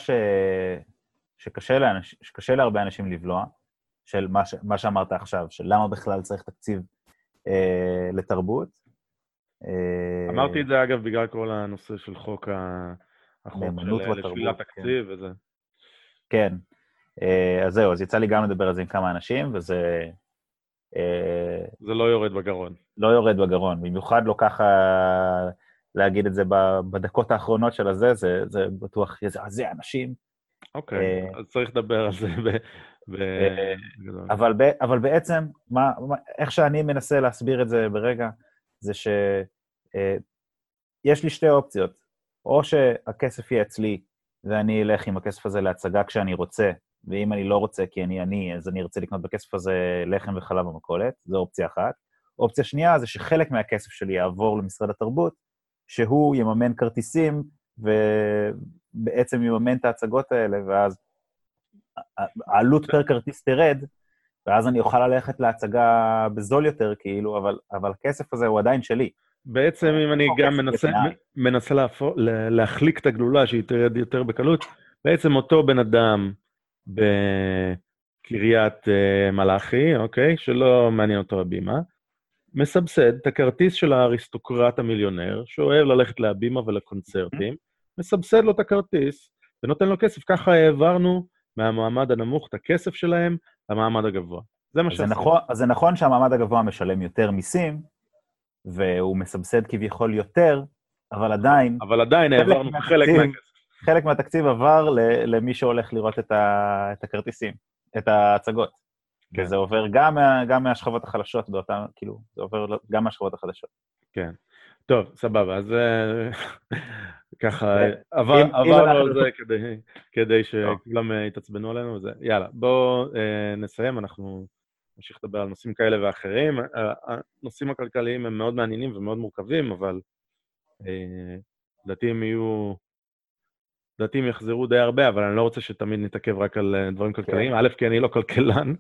שקשה להרבה אנשים לבלוע, של מה שאמרת עכשיו, של למה בכלל צריך תקציב לתרבות. אמרתי את זה, אגב, בגלל כל הנושא של חוק של שלילת תקציב וזה. כן. אז זהו, אז יצא לי גם לדבר על זה עם כמה אנשים, וזה... זה לא יורד בגרון. לא יורד בגרון, במיוחד לא ככה להגיד את זה בדקות האחרונות של הזה, זה בטוח יזעזע אנשים. אוקיי, אז צריך לדבר על זה בגדול. אבל בעצם, איך שאני מנסה להסביר את זה ברגע, זה שיש לי שתי אופציות, או שהכסף יהיה אצלי, ואני אלך עם הכסף הזה להצגה כשאני רוצה, ואם אני לא רוצה כי אני, אז אני ארצה לקנות בכסף הזה לחם וחלב במכולת, זו אופציה אחת. אופציה שנייה זה שחלק מהכסף שלי יעבור למשרד התרבות, שהוא יממן כרטיסים, ובעצם יממן את ההצגות האלה, ואז העלות פר כרטיס תרד, ואז אני אוכל ללכת להצגה בזול יותר, כאילו, אבל הכסף הזה הוא עדיין שלי. בעצם אם אני גם מנסה להחליק את הגלולה, שהיא תרד יותר בקלות, בעצם אותו בן אדם בקריית מלאכי, אוקיי, שלא מעניין אותו הבימה, מסבסד את הכרטיס של האריסטוקרט המיליונר, שאוהב ללכת להבימה ולקונצרטים, מסבסד לו את הכרטיס, ונותן לו כסף. ככה העברנו מהמעמד הנמוך את הכסף שלהם למעמד הגבוה. זה מה שעשינו. אז זה נכון שהמעמד הגבוה משלם יותר מיסים, והוא מסבסד כביכול יותר, אבל עדיין העברנו חלק מהכסף. חלק מהתקציב עבר למי שהולך לראות את הכרטיסים, את ההצגות. כן. וזה עובר גם מהשכבות החלשות באותה, כאילו, זה עובר גם מהשכבות החדשות. כן. טוב, סבבה, אז ככה, עברנו על זה כדי שכולם יתעצבנו עלינו וזה. יאללה, בואו נסיים, אנחנו נמשיך לדבר על נושאים כאלה ואחרים. הנושאים הכלכליים הם מאוד מעניינים ומאוד מורכבים, אבל לדעתי הם יחזרו די הרבה, אבל אני לא רוצה שתמיד נתעכב רק על דברים כלכליים. א', כי אני לא כלכלן,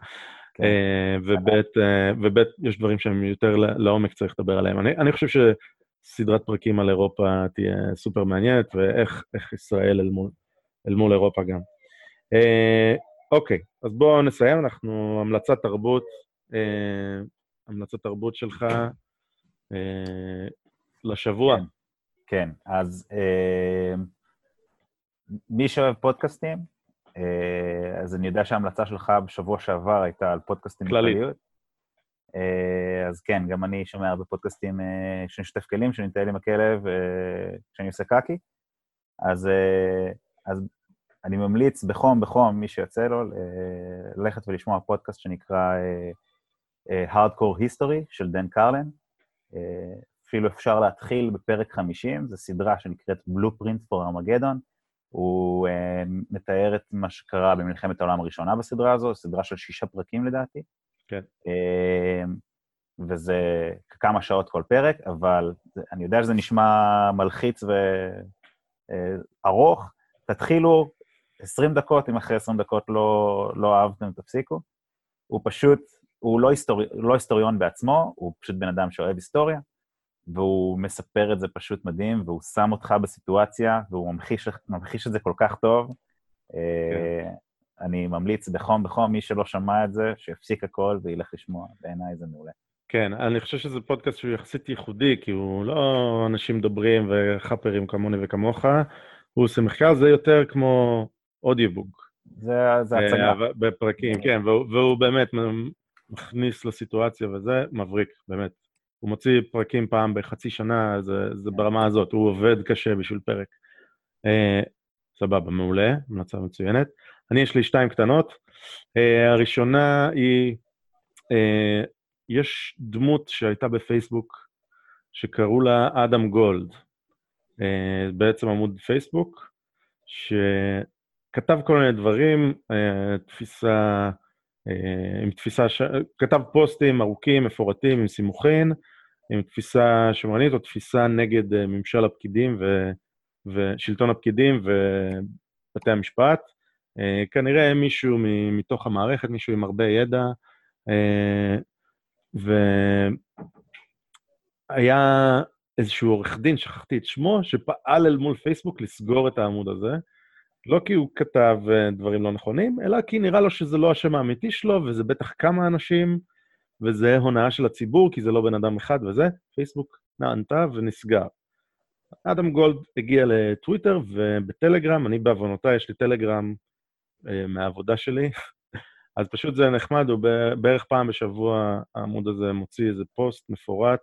וב', יש דברים שהם יותר לעומק צריך לדבר עליהם. אני חושב שסדרת פרקים על אירופה תהיה סופר מעניינת, ואיך ישראל אל מול אירופה גם. אוקיי, אז בואו נסיים, אנחנו המלצת תרבות שלך לשבוע. כן, אז מי שאוהב פודקאסטים, אז אני יודע שההמלצה שלך בשבוע שעבר הייתה על פודקאסטים בכלליות. אז כן, גם אני שומע הרבה פודקאסטים שאני שותף כלים, שאני מטייל עם הכלב, כשאני עושה קאקי. אז אני ממליץ בחום, מי שיוצא לו, ללכת ולשמוע פודקאסט שנקרא Hardcore History של דן קרלן. אפילו אפשר להתחיל בפרק 50, זו סדרה שנקראת Blueprint for Armageddon. הוא מתאר את מה שקרה במלחמת העולם הראשונה בסדרה הזו, סדרה של 6 פרקים לדעתי. כן. וזה כמה שעות כל פרק, אבל אני יודע שזה נשמע מלחיץ וארוך. תתחילו 20 דקות, אם אחרי 20 דקות לא אהבתם, תפסיקו. הוא פשוט, הוא לא היסטוריון בעצמו, הוא פשוט בן אדם שאוהב היסטוריה, והוא מספר את זה פשוט מדהים, והוא שם אותך בסיטואציה, והוא ממחיש את זה כל כך טוב. אני ממליץ בחום, מי שלא שמע את זה, שיפסיק הכל וילך לשמוע, בעיניי זה מעולה. כן, אני חושב שזה פודקאסט שהוא יחסית ייחודי, כי הוא לא אנשים מדברים וחפרים כמוני וכמוך, הוא עושה מחקר, זה יותר כמו אודיובוק. זה הצגה. בפרקים, כן, והוא באמת מכניס לסיטואציה, וזה מבריק, באמת. הוא מוציא פרקים פעם בחצי שנה, זה ברמה הזאת, הוא עובד קשה בשביל פרק. סבבה, מעולה, המלצה מצוינת. יש לי 2 קטנות. הראשונה היא, יש דמות שהייתה בפייסבוק, שקראו לה אדם גולד, בעצם עמוד פייסבוק, שכתב כל מיני דברים, כתב פוסטים ארוכים, מפורטים, עם סימוכין, עם תפיסה שמרנית או תפיסה נגד ממשל הפקידים ושלטון הפקידים ובתי המשפט. כנראה מישהו מתוך המערכת, מישהו עם הרבה ידע, והיה איזשהו עורך דין, שכחתי את שמו, שפעל אל מול פייסבוק לסגור את העמוד הזה, לא כי הוא כתב דברים לא נכונים, אלא כי נראה לו שזה לא השם האמיתי שלו, וזה בטח כמה אנשים, וזה הונאה של הציבור, כי זה לא בן אדם אחד וזה, פייסבוק נענתה ונסגר. אדם גולד הגיע לטוויטר ובטלגרם, אני בעוונותיי, יש לי טלגרם מהעבודה שלי, אז פשוט זה נחמד, הוא בערך פעם בשבוע העמוד הזה מוציא איזה פוסט מפורט,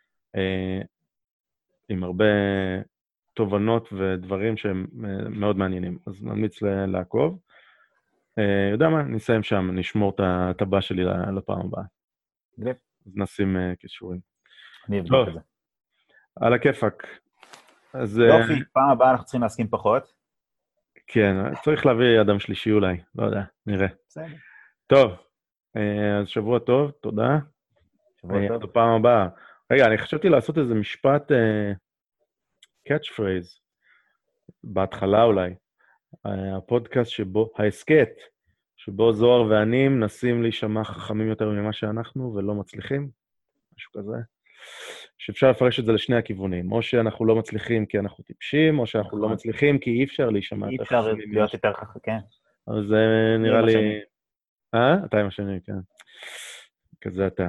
עם הרבה תובנות ודברים שהם מאוד מעניינים, אז ממליץ לעקוב. יודע מה, נסיים שם, נשמור את הטבע שלי לפעם הבאה. אז נשים קישורים. אני אבדוק את זה. על הכיפק. יופי, פעם הבאה אנחנו צריכים להסכים פחות. כן, צריך להביא אדם שלישי אולי, לא יודע, נראה. בסדר. טוב, אז שבוע טוב, תודה. שבוע טוב. בפעם הבאה. רגע, אני חשבתי לעשות איזה משפט catch phrase, בהתחלה אולי. הפודקאסט שבו, ההסקט, שבו זוהר ואני מנסים להישמע חכמים יותר ממה שאנחנו ולא מצליחים, משהו כזה. שאפשר לפרש את זה לשני הכיוונים, או שאנחנו לא מצליחים כי אנחנו טיפשים, או שאנחנו לא מצליחים כי אי אפשר להישמע יותר חכמים. אי אפשר להיות יותר חכם, כן. אז זה נראה לי... אתה עם השני, כן. כזה אתה.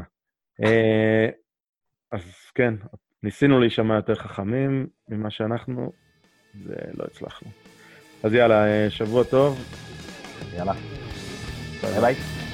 אז כן, ניסינו להישמע יותר חכמים ממה שאנחנו, ולא הצלחנו. אז יאללה, שבוע טוב. יאללה. ביי ביי.